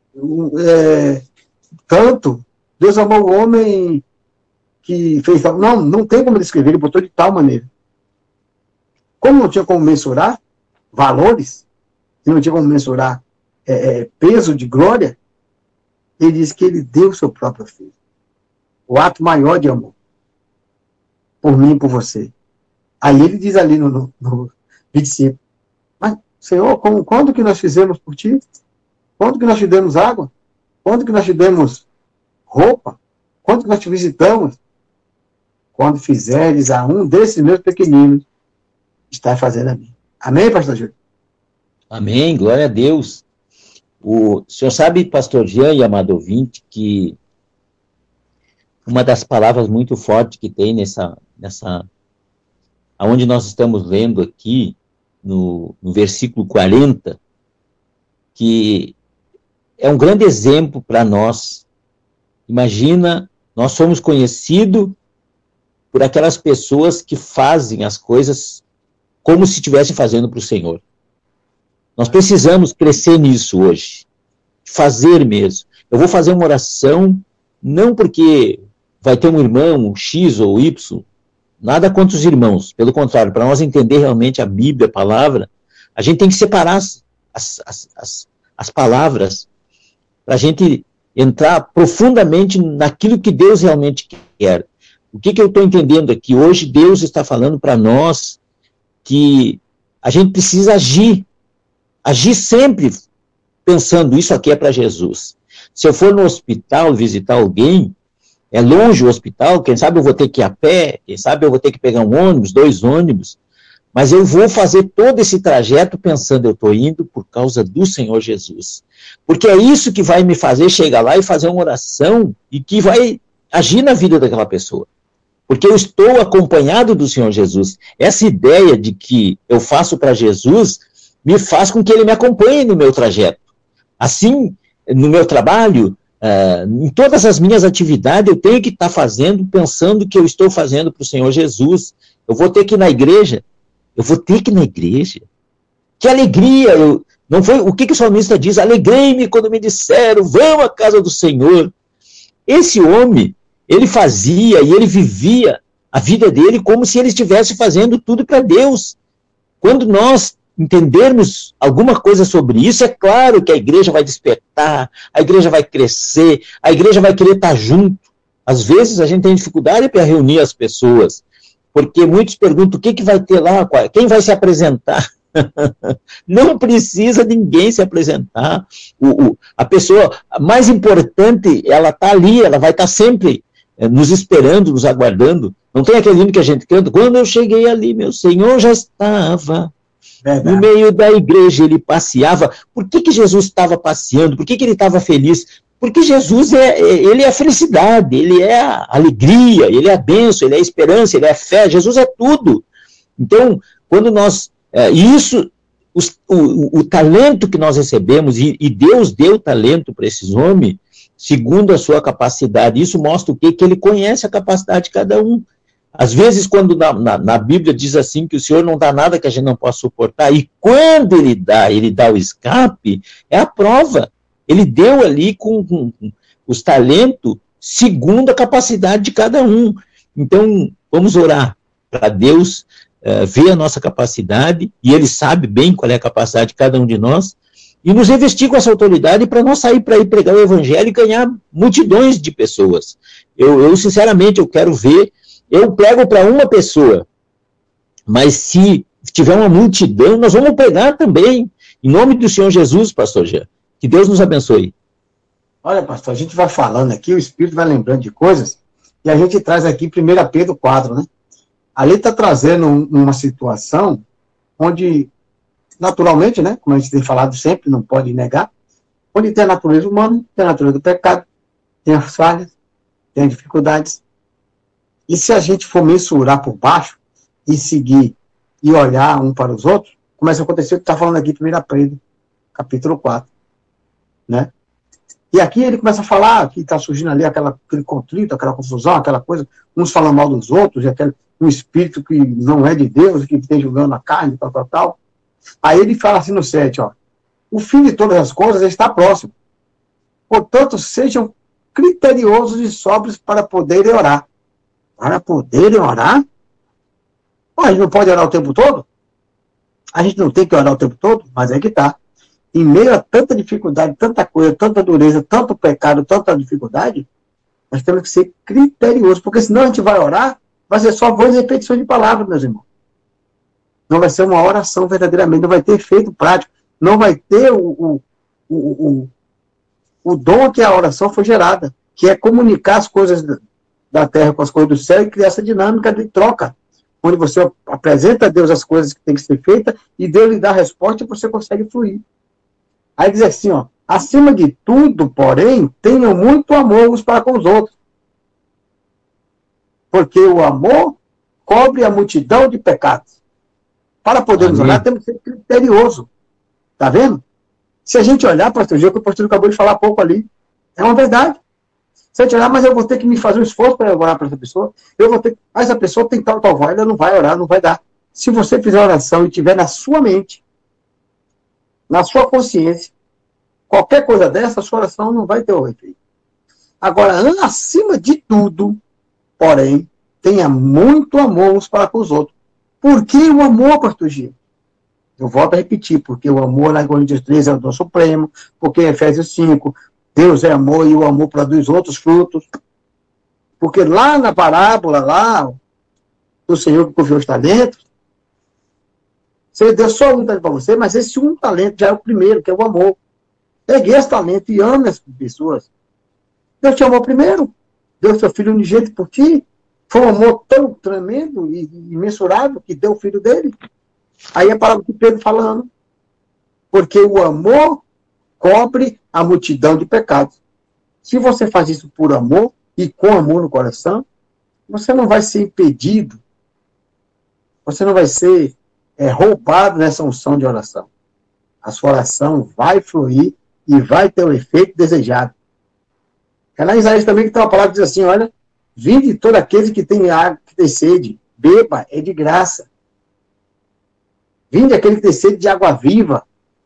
[SPEAKER 7] tanto, Deus amou o homem que fez tal. Não tem como descrever, ele botou de tal maneira. Como não tinha como mensurar valores, e não tinha como mensurar peso de glória, ele diz que ele deu o seu próprio filho. O ato maior de amor. Por mim e por você. Aí ele diz ali no 25, mas, Senhor, quando que nós fizemos por ti? Quando que nós te demos água? Quando que nós te demos roupa? Quando que nós te visitamos? Quando fizeres a um desses meus pequeninos, está fazendo a mim. Amém, pastor Júlio?
[SPEAKER 8] Amém, glória a Deus. O senhor sabe, pastor Jean e amado ouvinte, que uma das palavras muito fortes que tem aonde nós estamos lendo aqui, no versículo 40, que é um grande exemplo para nós. Imagina, nós somos conhecidos por aquelas pessoas que fazem as coisas como se estivessem fazendo para o Senhor. Nós precisamos crescer nisso hoje, fazer mesmo. Eu vou fazer uma oração, não porque vai ter um irmão, X ou Y, nada contra os irmãos, pelo contrário, para nós entender realmente a Bíblia, a palavra, a gente tem que separar as palavras, para a gente entrar profundamente naquilo que Deus realmente quer. O que eu estou entendendo aqui? Hoje Deus está falando para nós que a gente precisa agir sempre pensando, isso aqui é para Jesus. Se eu for no hospital visitar alguém, é longe o hospital, quem sabe eu vou ter que ir a pé, quem sabe eu vou ter que pegar um ônibus, 2 ônibus, mas eu vou fazer todo esse trajeto pensando, eu estou indo por causa do Senhor Jesus. Porque é isso que vai me fazer chegar lá e fazer uma oração e que vai agir na vida daquela pessoa. Porque eu estou acompanhado do Senhor Jesus. Essa ideia de que eu faço para Jesus me faz com que ele me acompanhe no meu trajeto. Assim, no meu trabalho, em todas as minhas atividades, eu tenho que estar fazendo, pensando que eu estou fazendo para o Senhor Jesus. Eu vou ter que ir na igreja. Que alegria! Não foi, o que o salmista diz? Alegrei-me quando me disseram, vamos à casa do Senhor. Esse homem, ele fazia e ele vivia a vida dele como se ele estivesse fazendo tudo para Deus. Quando nós entendermos alguma coisa sobre isso, é claro que a igreja vai despertar, a igreja vai crescer, a igreja vai querer estar junto. Às vezes a gente tem dificuldade para reunir as pessoas, porque muitos perguntam o que vai ter lá, quem vai se apresentar. Não precisa ninguém se apresentar. A pessoa mais importante, ela está ali, ela vai estar sempre nos esperando, nos aguardando. Não tem aquele hino que a gente canta, quando eu cheguei ali, meu Senhor já estava. Verdade. No meio da igreja ele passeava. Por que Jesus estava passeando? Por que ele estava feliz? Porque Jesus ele é a felicidade, ele é a alegria, ele é a bênção, ele é a esperança, ele é a fé. Jesus é tudo. Então, quando nós... o talento que nós recebemos, e Deus deu talento para esses homens, segundo a sua capacidade. Isso mostra o quê? Que ele conhece a capacidade de cada um. Às vezes, quando na Bíblia diz assim que o Senhor não dá nada que a gente não possa suportar, e quando ele dá o escape, é a prova. Ele deu ali com os talentos segundo a capacidade de cada um. Então, vamos orar para Deus ver a nossa capacidade, e Ele sabe bem qual é a capacidade de cada um de nós, e nos revestir com essa autoridade para nós sair para ir pregar o Evangelho e ganhar multidões de pessoas. Eu sinceramente, eu quero ver eu prego para uma pessoa, mas se tiver uma multidão, nós vamos pregar também. Em nome do Senhor Jesus, pastor Jean. Que Deus nos abençoe.
[SPEAKER 7] Olha, pastor, a gente vai falando aqui, o Espírito vai lembrando de coisas, e a gente traz aqui 1 Pedro 4, né? Ali está trazendo uma situação onde, naturalmente, né, como a gente tem falado sempre, não pode negar, onde tem a natureza humana, tem a natureza do pecado, tem as falhas, tem as dificuldades. E se a gente for mensurar por baixo, e seguir, e olhar um para os outros, começa a acontecer o que está falando aqui em 1 Pedro, capítulo 4, né? E aqui ele começa a falar que está surgindo ali aquele conflito, aquela confusão, aquela coisa, uns falam mal dos outros, e um espírito que não é de Deus, que tem julgando a carne, tal. Aí ele fala assim no 7, ó, o fim de todas as coisas está próximo. Portanto, sejam criteriosos e sóbrios para poderem orar. Para poderem orar? Pô, a gente não pode orar o tempo todo? A gente não tem que orar o tempo todo? Mas é que tá. Em meio a tanta dificuldade, tanta coisa, tanta dureza, tanto pecado, tanta dificuldade, nós temos que ser criteriosos, porque senão a gente vai orar, vai ser só voz e repetição de palavras, meus irmãos. Não vai ser uma oração verdadeiramente, não vai ter efeito prático, não vai ter o dom que a oração foi gerada, que é comunicar as coisas da terra com as coisas do céu e criar essa dinâmica de troca, onde você apresenta a Deus as coisas que tem que ser feitas e Deus lhe dá a resposta e você consegue fluir. Aí diz assim, ó, acima de tudo, porém, tenham muito amor uns para com os outros. Porque o amor cobre a multidão de pecados. Para podermos orar, temos que ser criterioso. Tá vendo? Se a gente olhar, pastor Gil, que o pastor acabou de falar há pouco ali, é uma verdade. Se a gente olhar, mas eu vou ter que me fazer um esforço para orar para essa pessoa, essa pessoa tem tal voz, ela não vai orar, não vai dar. Se você fizer oração e tiver na sua mente, na sua consciência, qualquer coisa dessa, a sua oração não vai ter o efeito. Agora, acima de tudo, porém, tenha muito amor uns para com os outros. Por que o amor, pastor Gil? Eu volto a repetir, porque o amor lá em Coríntios 13 é o dom supremo, porque em Efésios 5, Deus é amor e o amor produz outros frutos. Porque lá na parábola, lá, do Senhor que confiou os talentos, você deu só um talento para você, mas esse um talento já é o primeiro, que é o amor. Peguei esse talento e ame as pessoas. Deus te amou primeiro, deu seu filho unigênito por ti. Foi um amor tão tremendo e imensurável que deu o filho dele. Aí é a palavra que Pedro falando. Porque o amor cobre a multidão de pecados. Se você faz isso por amor e com amor no coração, você não vai ser impedido. Você não vai ser roubado nessa unção de oração. A sua oração vai fluir e vai ter o efeito desejado. É lá em Isaías também que tem uma palavra que diz assim, olha, vinde todo aquele que tem água, que tem sede, beba, é de graça. Vinde aquele que tem sede de água viva.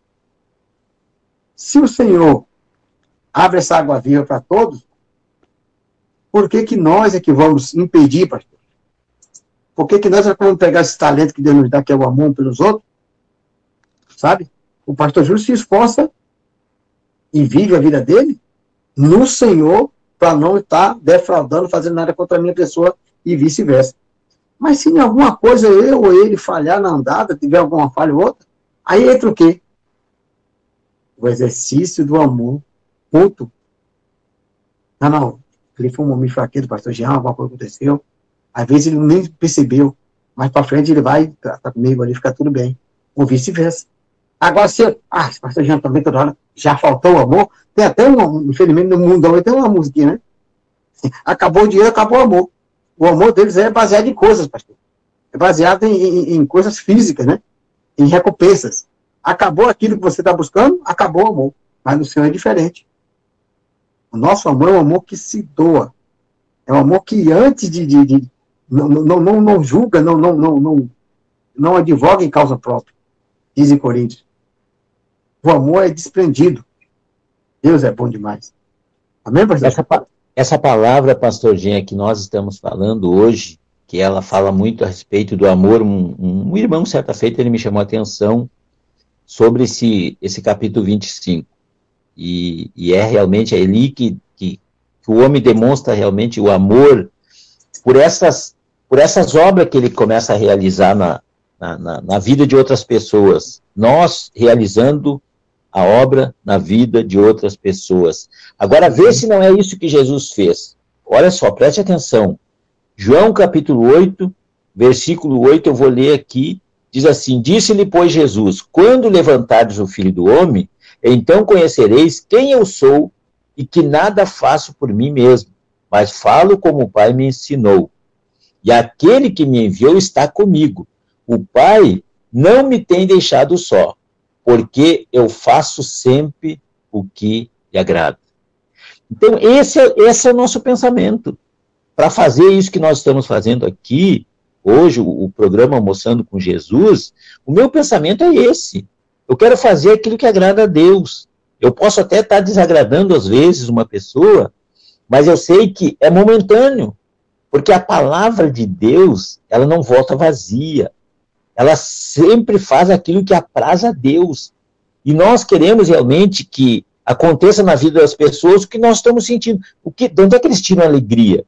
[SPEAKER 7] Se o Senhor abre essa água viva para todos, por que nós é que vamos impedir, pastor? Por que nós é que vamos pegar esse talento que Deus nos dá, que é o amor pelos outros? Sabe? O pastor Júlio se esforça e vive a vida dele no Senhor para não estar defraudando, fazendo nada contra a minha pessoa e vice-versa. Mas se em alguma coisa eu ou ele falhar na andada, tiver alguma falha ou outra, aí entra o quê? O exercício do amor mútuo. Não, ele foi um momento fraqueiro do pastor Jean, alguma coisa aconteceu. Às vezes ele nem percebeu, mas para frente ele vai tratar comigo ali, fica tudo bem. Ou vice-versa. Agora, se esse pastor Jean também toda hora já faltou o amor, tem até infelizmente no mundão, tem uma musiquinha, né? Acabou o dinheiro, acabou o amor. O amor deles é baseado em coisas, pastor. É baseado em coisas físicas, né? Em recompensas. Acabou aquilo que você está buscando, acabou o amor. Mas no Senhor é diferente. O nosso amor é um amor que se doa. É um amor que antes não julga, não advoga em causa própria. Diz em Coríntios. O amor é desprendido. Deus é bom demais. Amém, pastor?
[SPEAKER 8] Essa palavra, pastor Jean, que nós estamos falando hoje, que ela fala muito a respeito do amor, um irmão, certa feita, ele me chamou a atenção sobre esse capítulo 25. E é realmente ali que o homem demonstra realmente o amor por essas por essas obras que ele começa a realizar na vida de outras pessoas. Nós realizando a obra na vida de outras pessoas. Agora, vê se não é isso que Jesus fez. Olha só, preste atenção. João capítulo 8, versículo 8, eu vou ler aqui, diz assim: disse-lhe, pois, Jesus, quando levantares o Filho do Homem, então conhecereis quem eu sou e que nada faço por mim mesmo, mas falo como o Pai me ensinou. E aquele que me enviou está comigo. O Pai não me tem deixado só, porque eu faço sempre o que lhe agrada. Então, esse é o nosso pensamento. Para fazer isso que nós estamos fazendo aqui, hoje, o programa Almoçando com Jesus, o meu pensamento é esse. Eu quero fazer aquilo que agrada a Deus. Eu posso até estar desagradando, às vezes, uma pessoa, mas eu sei que é momentâneo, porque a palavra de Deus, ela não volta vazia. Ela sempre faz aquilo que apraz a Deus. E nós queremos realmente que aconteça na vida das pessoas o que nós estamos sentindo. De onde é que eles tiram a alegria?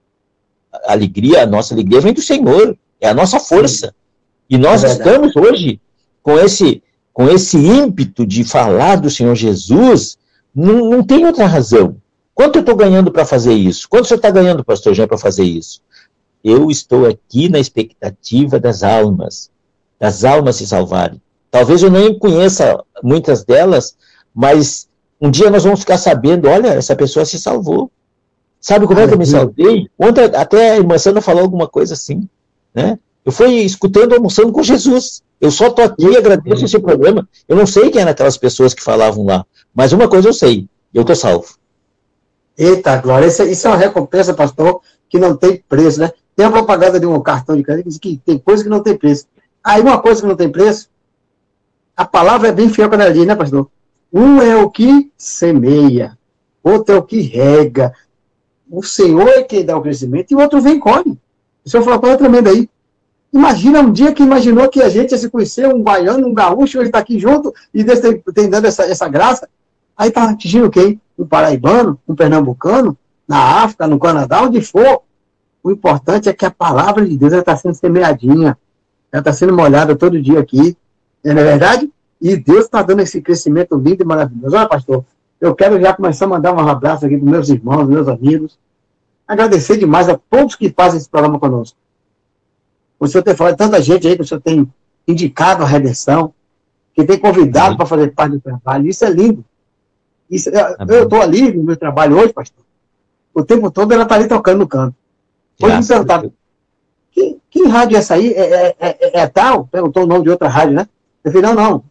[SPEAKER 8] A nossa alegria vem do Senhor, é a nossa força. Sim. E nós estamos hoje com esse ímpeto de falar do Senhor Jesus, não tem outra razão. Quanto eu estou ganhando para fazer isso? Quanto você está ganhando, pastor Jean, para fazer isso? Eu estou aqui na expectativa das almas se salvarem. Talvez eu nem conheça muitas delas, mas um dia nós vamos ficar sabendo, olha, essa pessoa se salvou. Sabe como é que eu me salvei? Ontem até a irmã Sandra falou alguma coisa assim, né? Eu fui escutando, almoçando com Jesus. Eu só estou aqui e agradeço esse programa. Eu não sei quem eram aquelas pessoas que falavam lá, mas uma coisa eu sei, eu estou salvo.
[SPEAKER 7] Eita, glória, isso é uma recompensa, pastor, que não tem preço, né? Tem a propaganda de um cartão de crédito que diz que tem coisa que não tem preço. Aí uma coisa que não tem preço, a palavra é bem fiel quando ela diz, né, pastor? Um é o que semeia, outro é o que rega. O Senhor é quem dá o crescimento e o outro vem e colhe. O Senhor falou uma coisa tremenda aí. Imagina um dia que imaginou que a gente ia se conhecer, um baiano, um gaúcho, hoje está aqui junto e Deus tem dando essa graça. Aí está atingindo quem? Um paraibano, um pernambucano, na África, no Canadá, onde for. O importante é que a palavra de Deus está sendo semeadinha, ela está sendo molhada todo dia aqui, não é verdade? E Deus está dando esse crescimento lindo e maravilhoso. Olha, pastor, eu quero já começar a mandar um abraço aqui para meus irmãos, meus amigos, agradecer demais a todos que fazem esse programa conosco. O senhor tem falado de tanta gente aí que o senhor tem indicado a redenção, que tem convidado para fazer parte do trabalho. Isso é lindo. Eu estou ali no meu trabalho hoje, pastor. O tempo todo ela está ali tocando no canto. Hoje me perguntaram, que rádio é essa aí? É tal? Perguntou o nome de outra rádio, né? Eu falei, não.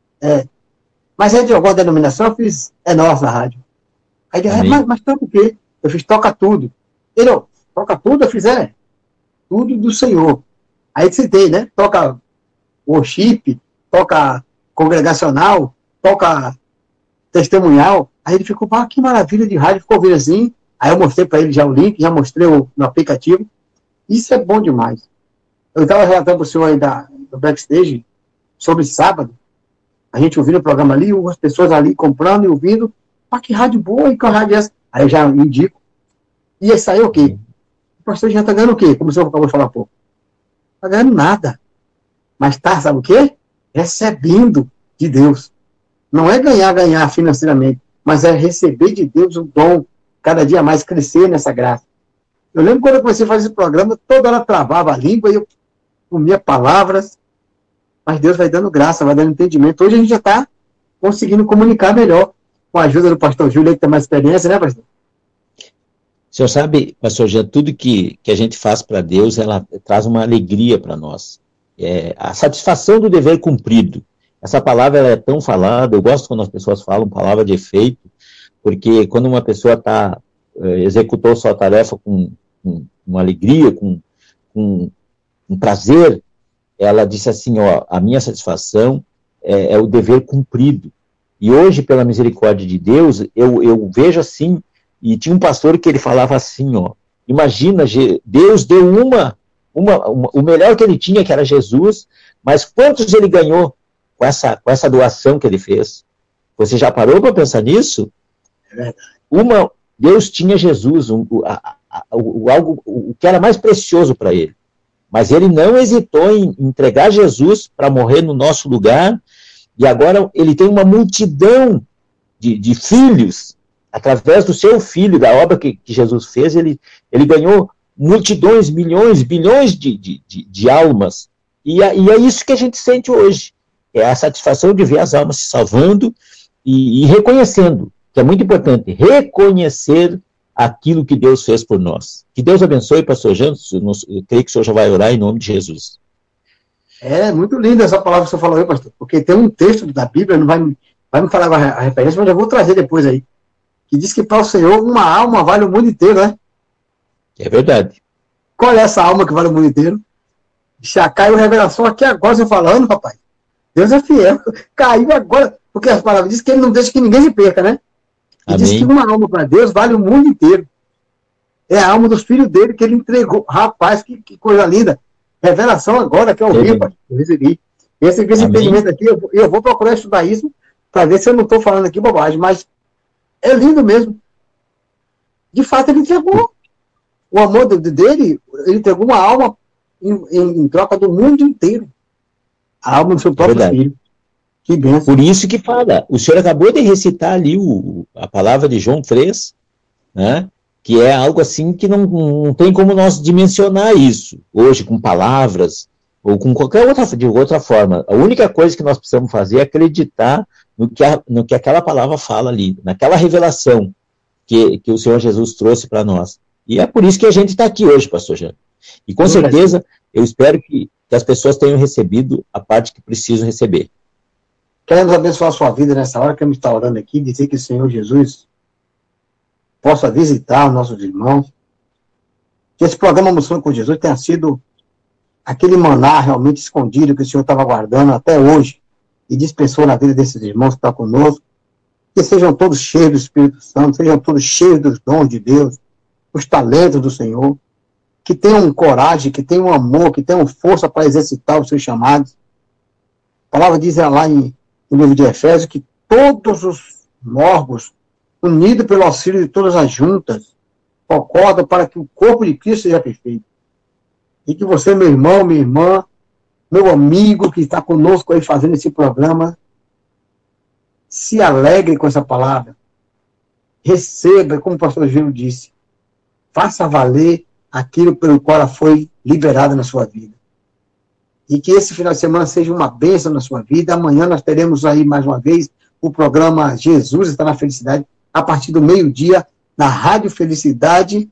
[SPEAKER 7] Mas é de alguma denominação? Eu fiz, é nossa rádio. Aí ele, mas toca o quê? Eu fiz, toca tudo. Ele, toca tudo? Eu fiz, tudo do Senhor. Aí citei, né? Toca worship, toca congregacional, toca testemunhal. Aí ele ficou, que maravilha de rádio, ficou ouvindo assim. Aí eu mostrei para ele já o link, já mostrei no aplicativo. Isso é bom demais. Eu estava relatando para o senhor aí do backstage sobre sábado. A gente ouvindo o programa ali, as pessoas ali comprando e ouvindo. Que rádio boa, e que rádio é essa? Aí eu já indico. E esse aí é o quê? O pastor já está ganhando o quê? Como o senhor acabou de falar há pouco. Está ganhando nada. Mas está, sabe o quê? Recebendo de Deus. Não é ganhar financeiramente, mas é receber de Deus o dom, cada dia mais crescer nessa graça. Eu lembro quando eu comecei a fazer esse programa, toda hora travava a língua e eu comia palavras, mas Deus vai dando graça, vai dando entendimento. Hoje a gente já está conseguindo comunicar melhor, com a ajuda do pastor Júlio, que tem mais experiência, né, pastor?
[SPEAKER 8] O senhor sabe, pastor Jean, tudo que a gente faz para Deus, ela traz uma alegria para nós. A satisfação do dever cumprido. Essa palavra ela é tão falada, eu gosto quando as pessoas falam palavra de efeito, porque quando uma pessoa executou sua tarefa com uma alegria, com um prazer, ela disse assim, a minha satisfação é o dever cumprido. E hoje, pela misericórdia de Deus, eu vejo assim, e tinha um pastor que ele falava assim, imagina, Deus deu o melhor que ele tinha, que era Jesus, mas quantos ele ganhou com essa doação que ele fez? Você já parou para pensar nisso?
[SPEAKER 7] É verdade.
[SPEAKER 8] Deus tinha Jesus, o que era mais precioso para ele. Mas ele não hesitou em entregar Jesus para morrer no nosso lugar, e agora ele tem uma multidão de filhos, através do seu filho, da obra que Jesus fez, ele ganhou multidões, milhões, bilhões de almas, e é isso que a gente sente hoje, é a satisfação de ver as almas se salvando e reconhecendo, que é muito importante, reconhecer aquilo que Deus fez por nós. Que Deus abençoe, pastor Jean, eu creio que o senhor já vai orar em nome de Jesus.
[SPEAKER 7] É muito linda essa palavra que você falou aí, pastor, porque tem um texto da Bíblia, não vai me falar agora a referência, mas eu vou trazer depois aí, que diz que para o Senhor uma alma vale o mundo inteiro, né?
[SPEAKER 8] É verdade.
[SPEAKER 7] Qual é essa alma que vale o mundo inteiro? Já caiu revelação aqui agora, você falando, rapaz. Deus é fiel. Caiu agora, porque as palavras dizem que ele não deixa que ninguém se perca, né? E diz que uma alma para Deus vale o mundo inteiro. É a alma dos filhos dele que ele entregou. Rapaz, que coisa linda. Revelação agora que eu ouvi, rapaz. Eu recebi esse entendimento aqui. Eu vou procurar estudar isso para ver se eu não estou falando aqui bobagem, mas é lindo mesmo. De fato, ele entregou. O amor dele, ele entregou uma alma em troca do mundo inteiro. A alma do seu próprio filho. Que bênção.
[SPEAKER 8] Por isso que fala, o senhor acabou de recitar ali a palavra de João 3, né, que é algo assim que não tem como nós dimensionar isso, hoje com palavras, ou com qualquer outra forma. A única coisa que nós precisamos fazer é acreditar no que aquela palavra fala ali, naquela revelação que o Senhor Jesus trouxe para nós. E é por isso que a gente está aqui hoje, pastor Jean. E com certeza, eu espero que as pessoas tenham recebido a parte que precisam receber.
[SPEAKER 7] Queremos abençoar a sua vida nessa hora, queremos estar orando aqui, dizer que o Senhor Jesus possa visitar nossos irmãos, que esse programa Almoçando com Jesus tenha sido aquele maná realmente escondido que o Senhor estava guardando até hoje e dispensou na vida desses irmãos que estão conosco, que sejam todos cheios do Espírito Santo, sejam todos cheios dos dons de Deus, os talentos do Senhor, que tenham coragem, que tenham amor, que tenham força para exercitar os seus chamados. A palavra diz lá no livro de Efésios que todos os órgãos, unidos pelo auxílio de todas as juntas, concordam para que o corpo de Cristo seja perfeito. E que você, meu irmão, minha irmã, meu amigo que está conosco aí fazendo esse programa, se alegre com essa palavra. Receba, como o pastor Gil disse, faça valer aquilo pelo qual ela foi liberada na sua vida. E que esse final de semana seja uma bênção na sua vida. Amanhã nós teremos aí, mais uma vez, o programa Jesus está na Felicidade, a partir do meio-dia, na Rádio Felicidade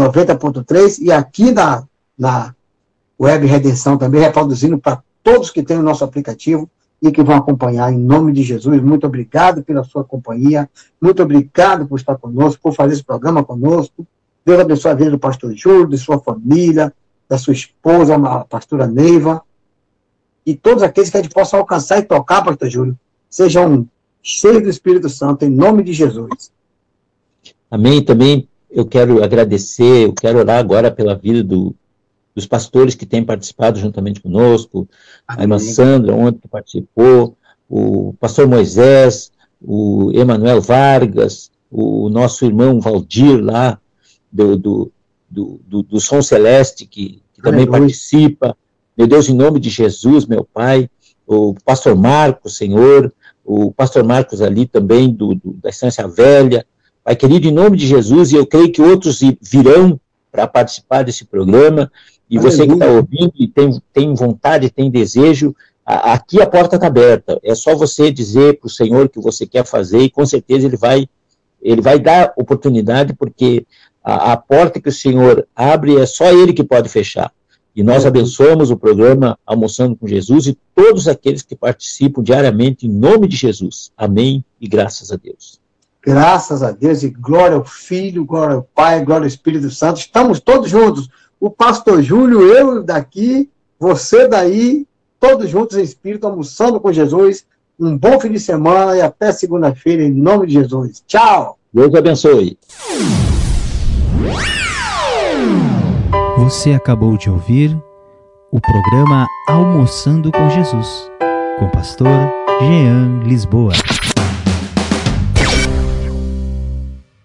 [SPEAKER 7] 90.3 e aqui na Web Redenção também, reproduzindo para todos que têm o nosso aplicativo e que vão acompanhar em nome de Jesus. Muito obrigado pela sua companhia, muito obrigado por estar conosco, por fazer esse programa conosco. Deus abençoe a vida do pastor Júlio, de sua família, da sua esposa, a pastora Neiva, e todos aqueles que a gente possa alcançar e tocar, pastor Júlio, sejam cheios do Espírito Santo, em nome de Jesus.
[SPEAKER 8] Amém. Também eu quero agradecer, eu quero orar agora pela vida dos pastores que têm participado juntamente conosco, amém. A irmã Sandra, ontem que participou, o pastor Moisés, o Emanuel Vargas, o nosso irmão Valdir lá, do Som Celeste, que também participa. Meu Deus, em nome de Jesus, meu Pai, o pastor Marcos, Senhor, o pastor Marcos ali também, da Estância Velha. Pai querido, em nome de Jesus, e eu creio que outros virão para participar desse programa, e aleluia. Você que está ouvindo e tem vontade, tem desejo, aqui a porta está aberta, é só você dizer para o Senhor o que você quer fazer, e com certeza Ele vai dar oportunidade, porque a porta que o Senhor abre é só Ele que pode fechar. E nós abençoamos o programa Almoçando com Jesus e todos aqueles que participam diariamente em nome de Jesus. Amém e graças a Deus.
[SPEAKER 7] Graças a Deus e glória ao Filho, glória ao Pai, glória ao Espírito Santo. Estamos todos juntos. O pastor Júlio, eu daqui, você daí, todos juntos em espírito, almoçando com Jesus. Um bom fim de semana e até segunda-feira, em nome de Jesus. Tchau!
[SPEAKER 8] Deus abençoe.
[SPEAKER 1] Você acabou de ouvir o programa Almoçando com Jesus, com o pastor Jean Lisboa.